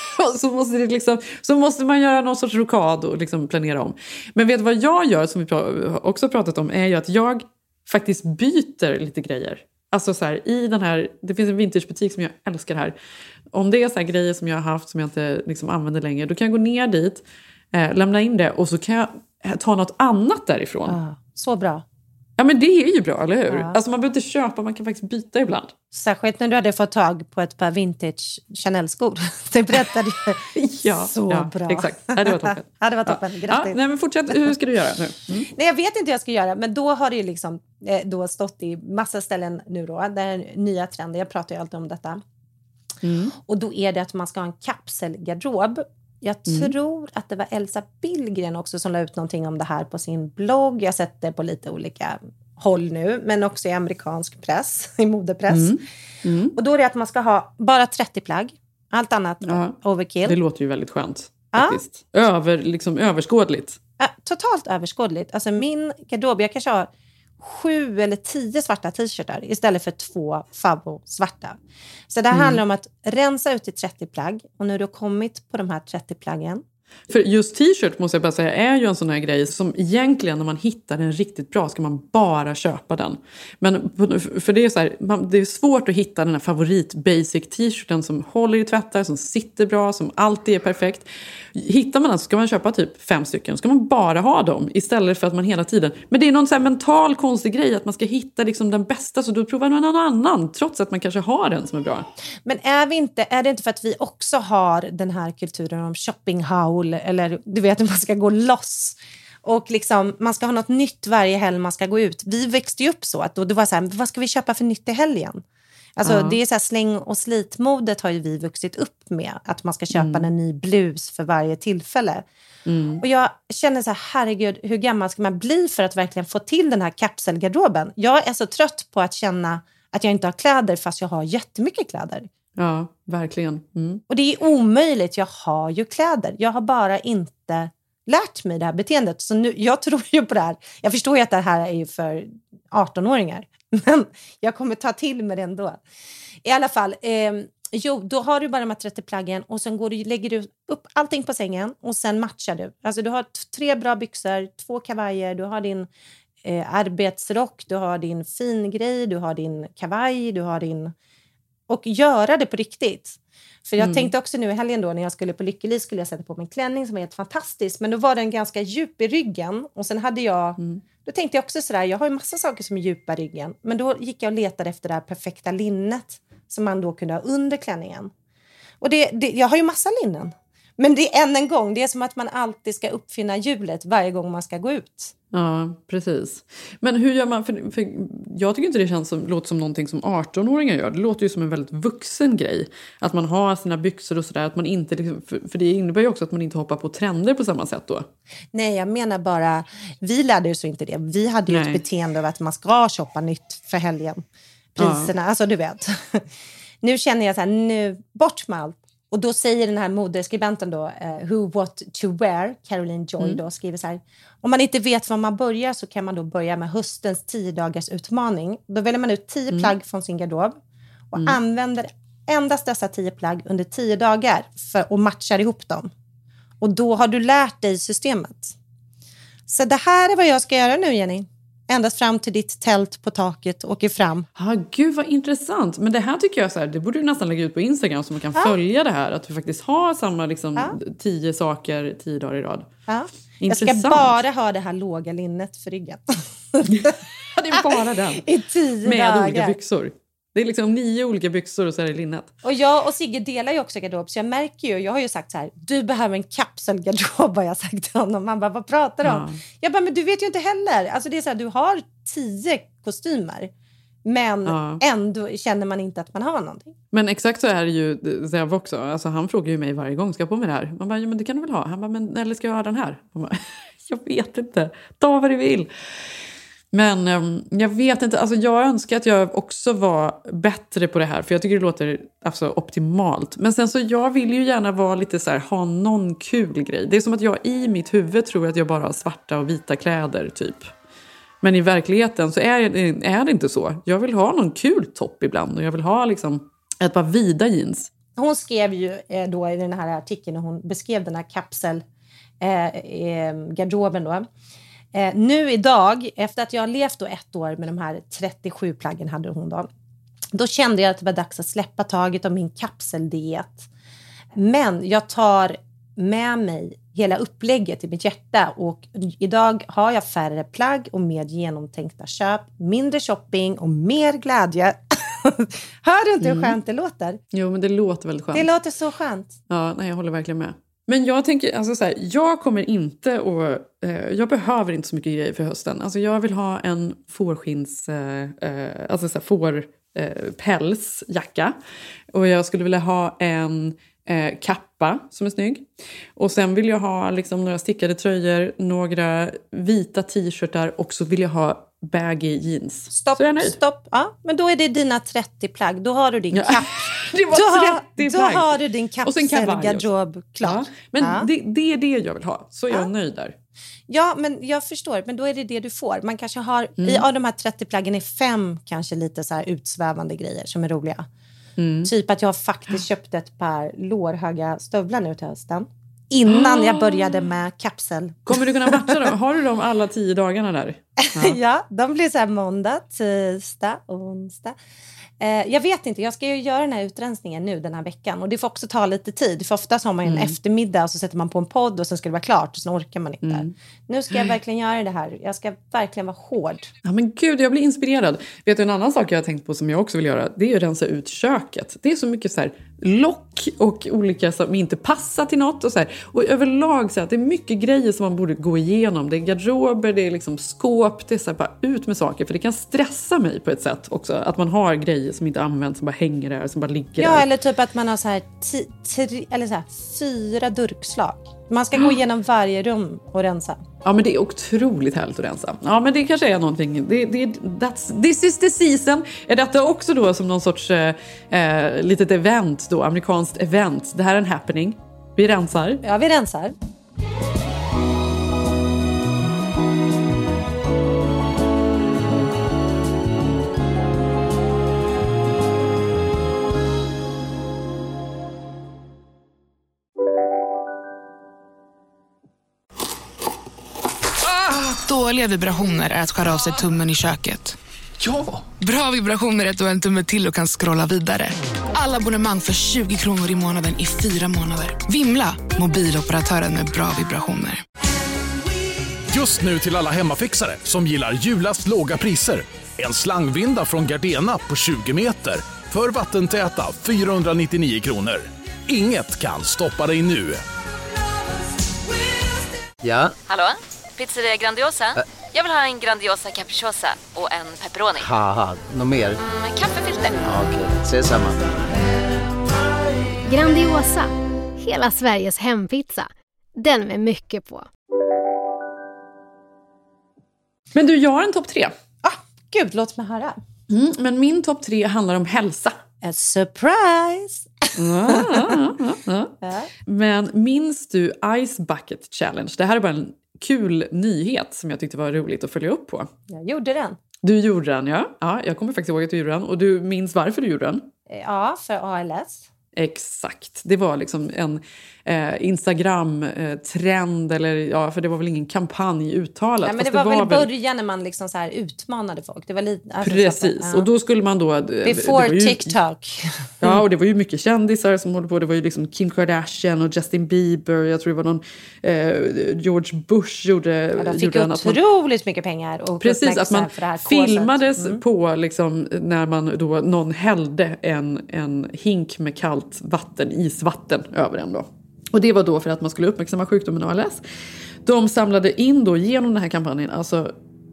så måste man göra någon sorts rokad och liksom planera om. Men vet du vad jag gör, som vi också pratat om, är ju att jag faktiskt byter lite grejer. Alltså så här, i den här, det finns en vintagebutik som jag älskar här. Om det är så här grejer som jag har haft som jag inte liksom använder längre, då kan jag gå ner dit, lämna in det, och så kan jag ta något annat därifrån. Så bra. Ja, men det är ju bra, eller hur? Ja. Alltså man behöver inte köpa, man kan faktiskt byta ibland. Särskilt när du hade fått tag på ett par vintage Chanel-skor. Det berättade jag. Så bra. Exakt. Ja, det var toppen. Ja, det var toppen. Grattis. Ja, nej, men fortsätt. Hur ska du göra nu? Nej, jag vet inte hur jag ska göra. Men då har det ju liksom då stått i massa ställen nu då. Det är nya trender. Jag pratar ju alltid om detta. Och då är det att man ska ha en kapselgarderob. Jag tror att det var Elsa Billgren också som la ut någonting om det här på sin blogg. Jag har sett det på lite olika håll nu, men också i amerikansk press, i modepress. Och då är det att man ska ha bara 30 plagg. Allt annat overkill. Det låter ju väldigt skönt faktiskt. Överskådligt. Totalt överskådligt. Alltså min garderob, jag kanske har 7 eller 10 svarta t-shirtar istället för 2 favvo svarta. Så det handlar om att rensa ut i 30 plagg. Och när du har kommit på de här 30 plaggen. För just t-shirt måste jag bara säga är ju en sån här grej som egentligen när man hittar den riktigt bra ska man bara köpa den. Men för det är så här, det är svårt att hitta den här favorit basic t-shirten som håller i tvättar, som sitter bra, som alltid är perfekt. Hittar man den så ska man köpa typ 5 stycken. Så ska man bara ha dem istället för att man hela tiden... Men det är någon så här mental konstig grej att man ska hitta liksom den bästa, så då provar man någon annan trots att man kanske har den som är bra. Men är det inte för att vi också har den här kulturen om shopping haul, eller du vet att man ska gå loss Och liksom, man ska ha något nytt varje helg man ska gå ut. Vi växte ju upp så att då det var så här, vad ska vi köpa för nytt i helgen? Alltså det är så här, släng- och slitmodet har ju vi vuxit upp med. Att man ska köpa en ny blus för varje tillfälle. Och jag känner så här, herregud, hur gammal ska man bli för att verkligen få till den här kapselgarderoben? Jag är så trött på att känna att jag inte har kläder fast jag har jättemycket kläder. Ja, verkligen. Och det är omöjligt, jag har ju kläder. Jag har bara inte lärt mig det här beteendet. Så nu, jag tror ju på det här. Jag förstår ju att det här är ju för 18-åringar. Men jag kommer ta till mig det ändå. I alla fall, då har du bara de här 30 plaggen och sen lägger du upp allting på sängen och sen matchar du. Alltså du har 3 bra byxor, 2 kavajer, du har din arbetsrock, du har din fingrej, du har din kavaj, du har din... Och göra det på riktigt. För jag tänkte också nu i helgen då när jag skulle på Lykkeli skulle jag sätta på min klänning som var helt fantastisk. Men då var den ganska djup i ryggen. Och sen hade jag... Då tänkte jag också sådär, jag har ju massa saker som är djupa i ryggen. Men då gick jag och letade efter det här perfekta linnet. Som man då kunde ha under klänningen. Och jag har ju massa linnen. Men det är än en gång, det är som att man alltid ska uppfinna hjulet varje gång man ska gå ut. Ja, precis. Men hur gör man, för jag tycker inte det låter som någonting som 18-åringar gör. Det låter ju som en väldigt vuxen grej. Att man har sina byxor och sådär, att man inte, för det innebär ju också att man inte hoppar på trender på samma sätt då. Nej, jag menar bara, vi lärde ju så inte det. Vi hade ju ett beteende av att man ska shoppa nytt för helgen. Priserna, alltså du vet. Nu känner jag så här, nu bort med allt. Och då säger den här modeskribenten då, Who What To Wear, Caroline Joy då, skriver så här. Om man inte vet var man börjar så kan man då börja med höstens 10-dagars utmaning. Då väljer man ut 10 plagg från sin garderob och använder endast dessa 10 plagg under 10 dagar och matchar ihop dem. Och då har du lärt dig systemet. Så det här är vad jag ska göra nu, Jenny. Endast fram till ditt tält på taket åker fram. Gud vad intressant. Men det här tycker jag så här, det borde du nästan lägga ut på Instagram så man kan följa det här. Att vi faktiskt har samma 10 saker 10 dagar i rad. Jag ska bara ha det här låga linnet för ryggen. Det är bara den. I 10 med dagar. Olika byxor. Det är liksom 9 olika byxor och så är det linnet. Och jag och Sigge delar ju också garderob. Så jag märker ju, jag har ju sagt så här, du behöver en kapselgarderob har jag sagt till honom. Han bara, vad pratar du om? Jag bara, men du vet ju inte heller. Alltså det är så här, du har 10 kostymer. Men ändå känner man inte att man har någonting. Men exakt så är det ju Zev också. Alltså han frågar ju mig varje gång, ska jag på med det här? Man bara, ja men det kan du väl ha? Han bara, men eller ska jag ha den här? Bara, jag vet inte, ta vad du vill. Men jag vet inte, alltså jag önskar att jag också var bättre på det här. För jag tycker det låter alltså optimalt. Men sen så jag vill ju gärna vara lite så här, ha någon kul grej. Det är som att jag i mitt huvud tror att jag bara har svarta och vita kläder typ. Men i verkligheten så är det inte så. Jag vill ha någon kul topp ibland. Och jag vill ha liksom ett par vida jeans. Hon skrev ju då i den här artikeln när hon beskrev den här kapselgarderoben då. Nu idag, efter att jag har levt då 1 år med de här 37 plaggen hade hon då kände jag att det var dags att släppa taget om min kapseldiet. Men jag tar med mig hela upplägget i mitt hjärta och idag har jag färre plagg och mer genomtänkta köp, mindre shopping och mer glädje. Hör du inte hur skönt det låter? Jo, men det låter väldigt skönt. Det låter så skönt. Ja, nej, jag håller verkligen med. Men jag tänker, alltså så här, jag kommer inte och jag behöver inte så mycket grejer för hösten. Alltså jag vill ha en fårskins, alltså så här, pälsjacka. Och jag skulle vilja ha en kappa som är snygg. Och sen vill jag ha liksom några stickade tröjor, några vita t-shirtar och så vill jag ha baggy jeans. Stopp. Ja, men då är det dina 30 plagg. Då har du din kapp. Det var 30 plagg. Då har du din kapselgarderob klar. Ja, men det är det jag vill ha. Så jag är nöjd där. Ja, men jag förstår. Men då är det det du får. Man kanske har, av de här 30 plaggen är 5 kanske lite så här utsvävande grejer som är roliga. Typ att jag faktiskt köpte ett par lårhöga stövlar nu till hösten. Innan jag började med kapsel. Kommer du kunna matcha dem? Har du dem alla 10 dagarna där? Ja, de blir så här måndag, tisdag, onsdag. Jag vet inte, jag ska ju göra den här utrensningen nu den här veckan. Och det får också ta lite tid. För oftast har man ju en eftermiddag och så sätter man på en podd och sen ska det vara klart. Och sen orkar man inte. Nu ska jag verkligen göra det här. Jag ska verkligen vara hård. Ja men gud, jag blir inspirerad. Vet du en annan sak jag har tänkt på som jag också vill göra? Det är att rensa ut köket. Det är så mycket så här lock och olika som inte passar till något och så här. Och överlag så att det är mycket grejer som man borde gå igenom. Det är garderober, det är liksom skåp, det är så här, bara ut med saker, för det kan stressa mig på ett sätt också, att man har grejer som inte används, som bara hänger där, som bara ligger där. Ja, eller typ att man har så här 4 durkslag. Man ska gå igenom varje rum och rensa. Ja, men det är otroligt härligt att rensa. Ja, men det kanske är någonting. This is the season. Är detta också då som någon sorts litet event då? Amerikanskt event. Det här är en happening. Vi rensar. Ja, vi rensar. Dåliga vibrationer är att skära av sig tummen i köket. Ja! Bra vibrationer är att du har en tumme till och kan scrolla vidare. Alla abonnemang för 20 kronor i månaden i 4 månader. Vimla, mobiloperatören med bra vibrationer. Just nu till alla hemmafixare som gillar julast låga priser. En slangvinda från Gardena på 20 meter för vattentäta 499 kronor. Inget kan stoppa dig nu. Ja? Hallå? Pizzeria Grandiosa? Jag vill ha en Grandiosa capriciosa och en pepperoni. Haha, något mer? Kaffefilter. Ja, okej, ses samma. Grandiosa, hela Sveriges hempizza. Den med mycket på. Men du, jag har en topp 3. Gud, låt mig höra. Men min topp 3 handlar om hälsa. A surprise! Men minns du Ice Bucket Challenge? Det här är bara en kul nyhet som jag tyckte var roligt att följa upp på. Jag gjorde den. Du gjorde den, ja. Ja, jag kommer faktiskt ihåg att du gjorde den. Och du minns varför du gjorde den? Ja, för ALS. Exakt. Det var liksom en Instagram-trend, eller ja, för det var väl ingen kampanj uttalat. Nej, men det var väl i början när man liksom så här utmanade folk. Det var lite, alltså, precis, så att, och då skulle man då... Before TikTok. Ja, och det var ju mycket kändisar som håller på. Det var ju liksom Kim Kardashian och Justin Bieber. Jag tror det var någon George Bush gjorde... Ja, de fick otroligt mycket pengar. Och precis, att man filmades på liksom, när man då, någon hällde en hink med kallt vatten, isvatten över en då. Och det var då för att man skulle uppmärksamma sjukdomen ALS. De samlade in då genom den här kampanjen alltså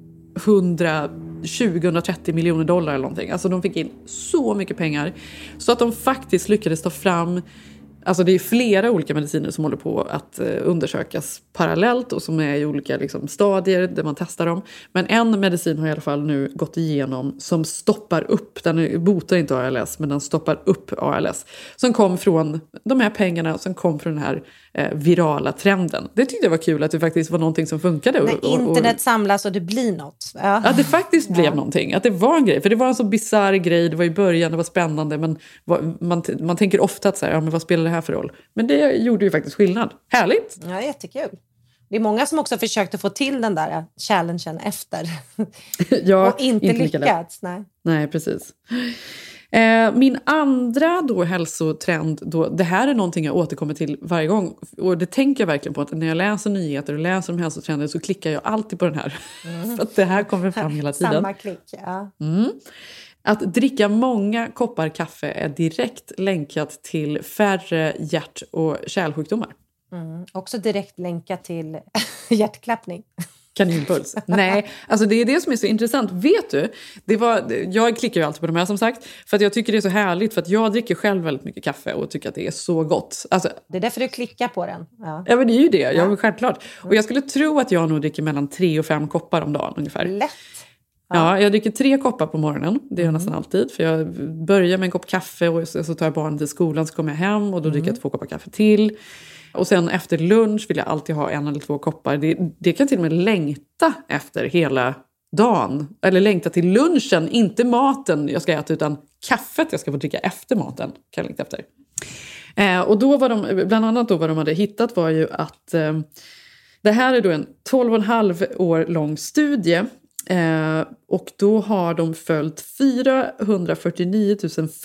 120-130 miljoner dollar eller någonting. Alltså de fick in så mycket pengar så att de faktiskt lyckades ta fram, alltså det är flera olika mediciner som håller på att undersökas parallellt och som är i olika liksom, stadier där man testar dem. Men en medicin har i alla fall nu gått igenom som stoppar upp, den botar inte ALS men den stoppar upp ALS. Som kom från de här pengarna, som kom från den här virala trenden. Det tyckte jag var kul att det faktiskt var någonting som funkade. När internet samlas och det blir något. Ja. Att det faktiskt blev någonting. Att det var en grej. För det var en så bizarr grej. Det var i början, det var spännande. Men man tänker ofta att så här, ja, men vad spelar det här för roll? Men det gjorde ju faktiskt skillnad. Härligt! Ja, jättekul. Det är många som också försökte få till den där challengen efter. Ja, och inte lyckats. Nej, precis. Min andra då hälsotrend, då, det här är någonting jag återkommer till varje gång. Och det tänker jag verkligen på, att när jag läser nyheter och läser om hälsotrender så klickar jag alltid på den här. För att det här kommer fram hela tiden. Samma klick, ja. Att dricka många koppar kaffe är direkt länkat till färre hjärt- och kärlsjukdomar. Också direkt länkat till hjärtklappning. Kaninpuls. Nej, alltså det är det som är så intressant. Vet du, jag klickar ju alltid på de här som sagt. För att jag tycker det är så härligt. För att jag dricker själv väldigt mycket kaffe och tycker att det är så gott. Alltså, det är därför du klickar på den. Ja, men det är ju det. Ja, självklart. Och jag skulle tro att jag nog dricker mellan 3 och 5 koppar om dagen ungefär. Lätt. Ja, jag dricker 3 koppar på morgonen. Det är jag nästan alltid. För jag börjar med en kopp kaffe och så tar jag barnen till skolan, så kommer jag hem och då dricker jag 2 koppar kaffe till. Och sen efter lunch vill jag alltid ha 1 eller 2 koppar. Det kan till och med längta efter hela dagen. Eller längta till lunchen, inte maten jag ska äta utan kaffet jag ska få dricka efter maten. Kan jag längta efter. Och då var de, bland annat då vad de hade hittat var ju att det här är då en 12,5 år lång studie. Och då har de följt 449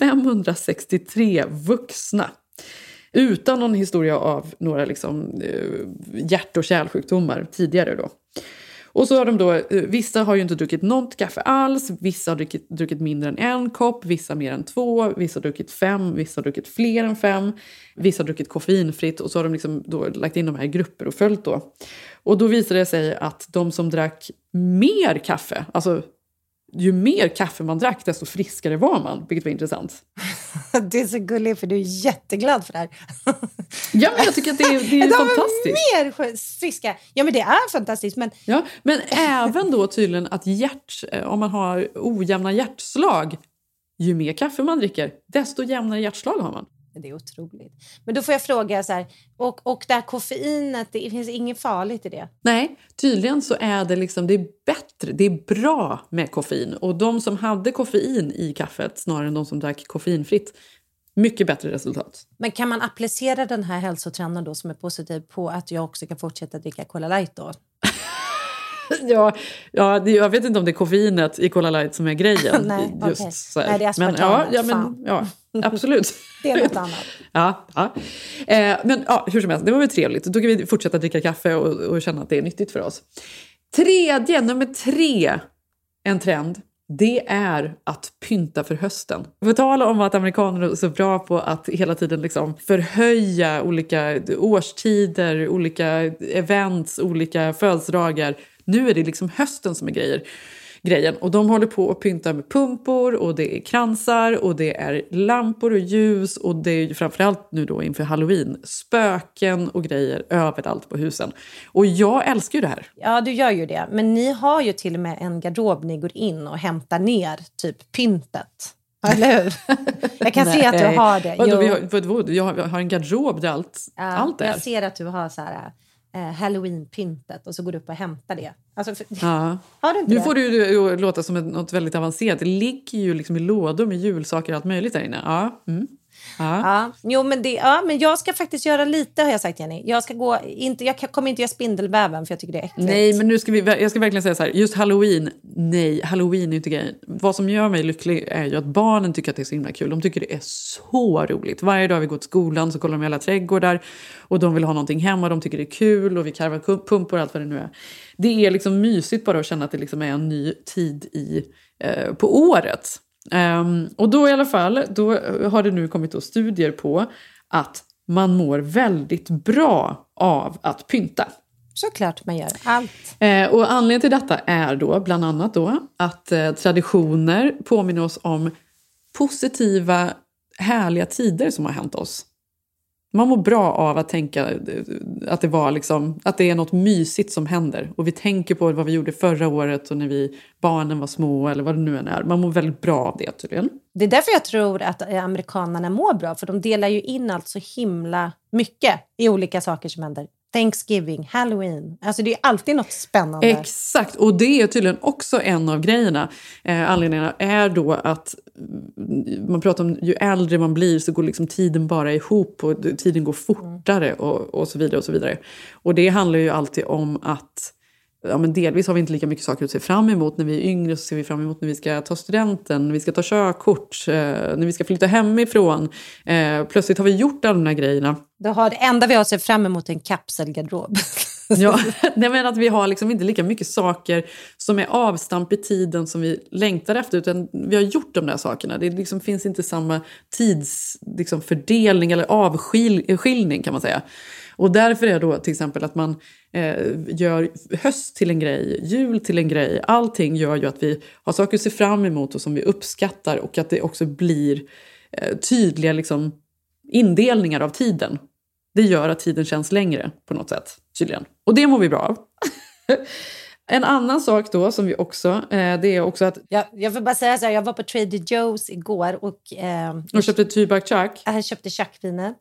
563 vuxna. Utan någon historia av några liksom, hjärt- och kärlsjukdomar tidigare då. Och så har de då, vissa har ju inte druckit något kaffe alls, vissa har druckit mindre än 1 kopp, vissa mer än 2, vissa har druckit 5, vissa har druckit fler än 5, vissa har druckit koffeinfritt, och så har de liksom då lagt in de här i grupper och följt då. Och då visade det sig att de som drack mer kaffe, alltså ju mer kaffe man drack desto friskare var man, vilket var intressant. Det är så gulligt för du är jätteglad för det här. Ja, men jag tycker att det är fantastiskt. Mer friska. Ja, men det är fantastiskt. Men även då tydligen att om man har ojämna hjärtslag, ju mer kaffe man dricker, desto jämnare hjärtslag har man. Det är otroligt. Men då får jag fråga så här, och det här koffeinet, det finns inget farligt i det? Nej, tydligen så är det liksom, det är bättre, det är bra med koffein. Och de som hade koffein i kaffet snarare än de som drack koffeinfritt, mycket bättre resultat. Men kan man applicera den här hälsotrenden då som är positiv på att jag också kan fortsätta dricka Cola Light då? Ja, jag vet inte om det är koffeinet i Cola Light som är grejen. Nej, just okay. så här. Nej, det är aspartamet. Ja, absolut. Det är något annat. Ja. Men hur som helst, det var väl trevligt. Då kan vi fortsätta dricka kaffe och känna att det är nyttigt för oss. Nummer 3, en trend. Det är att pynta för hösten. För tala om att amerikaner är så bra på att hela tiden liksom förhöja olika årstider, olika events, olika födelsedagar. Nu är det liksom hösten som är grejen. Och de håller på att pynta med pumpor och det är kransar och det är lampor och ljus. Och det är ju framförallt nu då inför Halloween spöken och grejer överallt på husen. Och jag älskar ju det här. Ja, du gör ju det. Men ni har ju till och med en garderob ni går in och hämtar ner typ pyntet. Eller hur? Jag kan se att du har det. Jag har en garderob där allt är. Jag ser att du har så här Halloween-pyntet och så går du upp och hämtar det. Alltså, har du inte nu får du ju låta som något väldigt avancerat. Det ligger ju liksom i lådor med julsaker och allt möjligt där inne. Ja. Jo, men jag ska faktiskt göra lite, har jag sagt, Jenny. Jag kommer inte göra spindelväven för jag tycker det är äckligt. Nej, men jag ska verkligen säga så här. Just Halloween, nej, Halloween är inte grejen. Vad som gör mig lycklig är ju att barnen tycker att det är så himla kul. De tycker det är så roligt. Varje dag vi går till skolan så kollar de alla trädgårdar och de vill ha någonting hemma. De tycker det är kul och vi karvar pumpor och allt vad det nu är. Det är liksom mysigt bara att känna att det liksom är en ny tid på året. Och då i alla fall, då har det nu kommit då studier på att man mår väldigt bra av att pynta. Såklart man gör allt. Och anledningen till detta är då bland annat då att traditioner påminner oss om positiva, härliga tider som har hänt oss. Man mår bra av att tänka att det var liksom, att det är något mysigt som händer. Och vi tänker på vad vi gjorde förra året och när barnen var små eller vad det nu än är. Man mår väldigt bra av det tydligen. Det är därför jag tror att amerikanerna mår bra. För de delar ju in allt så himla mycket i olika saker som händer. Thanksgiving, Halloween. Alltså det är alltid något spännande. Exakt, och det är tydligen också en av grejerna. Anledningarna är då att man pratar om ju äldre man blir så går liksom tiden bara ihop och tiden går fortare och så vidare och så vidare. Och det handlar ju alltid om att men delvis har vi inte lika mycket saker att se fram emot. När vi är yngre så ser vi fram emot när vi ska ta studenten, när vi ska ta körkort, när vi ska flytta hemifrån. Plötsligt har vi gjort alla de här grejerna. Det enda vi har att se fram emot en kapselgarderob. Ja, nej, men att vi har liksom inte lika mycket saker som är avstamp i tiden som vi längtar efter, utan vi har gjort de där sakerna. Det liksom finns inte samma tidsfördelning eller avskiljning kan man säga. Och därför är då till exempel att man gör höst till en grej, jul till en grej. Allting gör ju att vi har saker att se fram emot och som vi uppskattar och att det också blir tydliga liksom, indelningar av tiden. Det gör att tiden känns längre på något sätt, tydligen. Och det mår vi bra av. En annan sak då som vi också, det är också att... Jag får bara säga så här, jag var på Trader Joe's igår och... och köpte Tuborg Chuck. Jag köpte Chuck-vinet.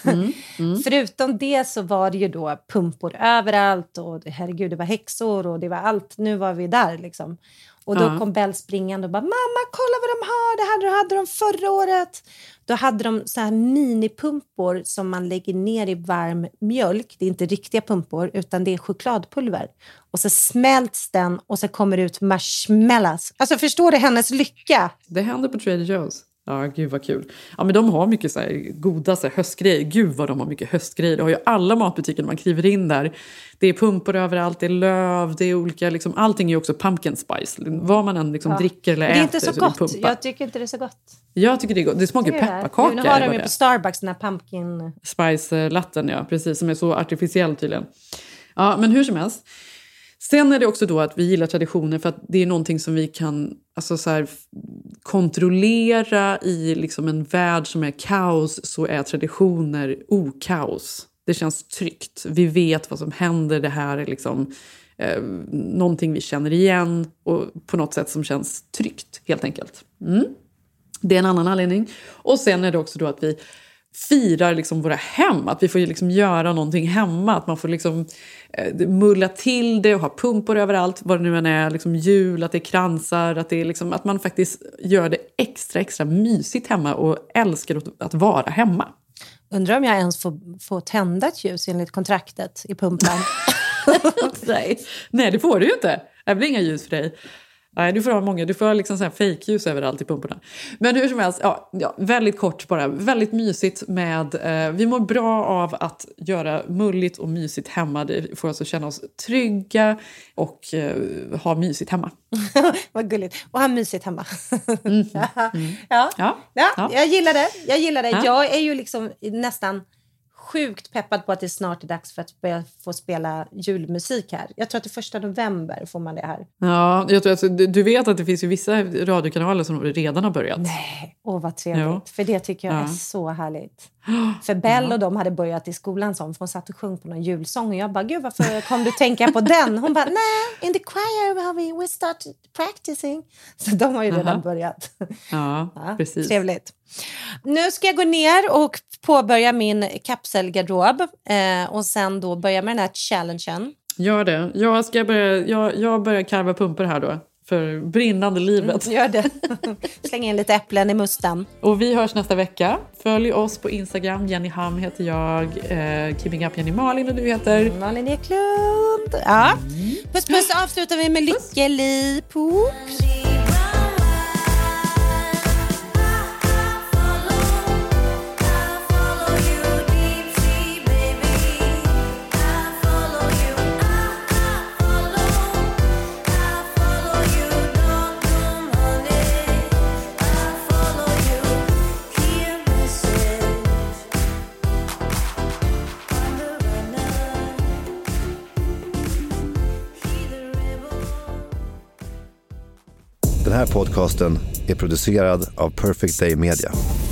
Förutom det så var det ju då pumpor överallt och herregud, det var häxor och det var allt. Nu var vi där liksom. Och då kom Bell springande och bara, mamma, kolla vad de har. Det här hade de förra året. Då hade de så här minipumpor som man lägger ner i varm mjölk. Det är inte riktiga pumpor utan det är chokladpulver. Och så smälts den och så kommer det ut marshmallows. Alltså förstår du hennes lycka? Det händer på Trader Joe's. Ja, gud vad kul. Ja, men de har mycket så här goda så här höstgrejer. Gud vad de har mycket höstgrejer. Det har ju alla matbutiker man kliver in där. Det är pumpor överallt, det är löv, det är olika, liksom, allting är ju också pumpkin spice. Vad man än liksom dricker eller äter. Det är inte så gott. Pumpa. Jag tycker inte det är så gott. Jag tycker det är gott. Det smakar pepparkaka. Nu har de ju på Starbucks den här pumpkin spice-latten, ja, precis. Som är så artificiell tydligen. Ja, men hur som helst. Sen är det också då att vi gillar traditioner för att det är någonting som vi kan alltså så här, kontrollera i liksom en värld som är kaos, så är traditioner okaos. Det känns tryggt. Vi vet vad som händer. Det här är liksom någonting vi känner igen och på något sätt som känns tryggt helt enkelt. Det är en annan anledning. Och sen är det också då att vi firar liksom våra hem. Att vi får liksom göra någonting hemma. Att man får liksom mulla till det och ha pumpor överallt. Vad det nu än är. Liksom jul, att det är kransar. Att, det är liksom, att man faktiskt gör det extra mysigt hemma. Och älskar att vara hemma. Undrar om jag ens får tända ett ljus enligt kontraktet i pumpan. Nej, det får du ju inte. Det blir inga ljus för dig. Nej, du får ha många. Du får ha liksom så här fake-ljus överallt i pumporna. Men hur som helst, ja, väldigt kort bara. Väldigt mysigt med... vi mår bra av att göra mulligt och mysigt hemma. Det får oss att känna oss trygga och ha mysigt hemma. Vad gulligt. Och ha mysigt hemma. Ja, jag gillar det. Ja. Jag är ju liksom nästan sjukt peppad på att det snart är dags för att börja få spela julmusik här. Jag tror att det 1 november får man det här. Ja, jag tror att du vet att det finns ju vissa radiokanaler som redan har börjat. Nej, vad trevligt. Ja. För det tycker jag är så härligt. För Bell och de hade börjat i skolan som, för hon satt och sjöng på någon julsång och jag bara, gud varför kom du tänka på den? Hon bara, nej, in the choir we start practicing. Så de har ju redan börjat. Ja, precis. Trevligt. Nu ska jag gå ner och påbörja min kapselgarderob och sen då börja med den här challengen. Gör det. Jag börjar karva pumpor här då. För brinnande livet. Gör det. Släng in lite äpplen i musten. Och vi hörs nästa vecka. Följ oss på Instagram. Jenny Ham heter jag. Keeping Up Jenny Malin och du heter? Malin Eklund. Ja. Puss avslutar vi med Lyckeli Poop. Den här podcasten är producerad av Perfect Day Media.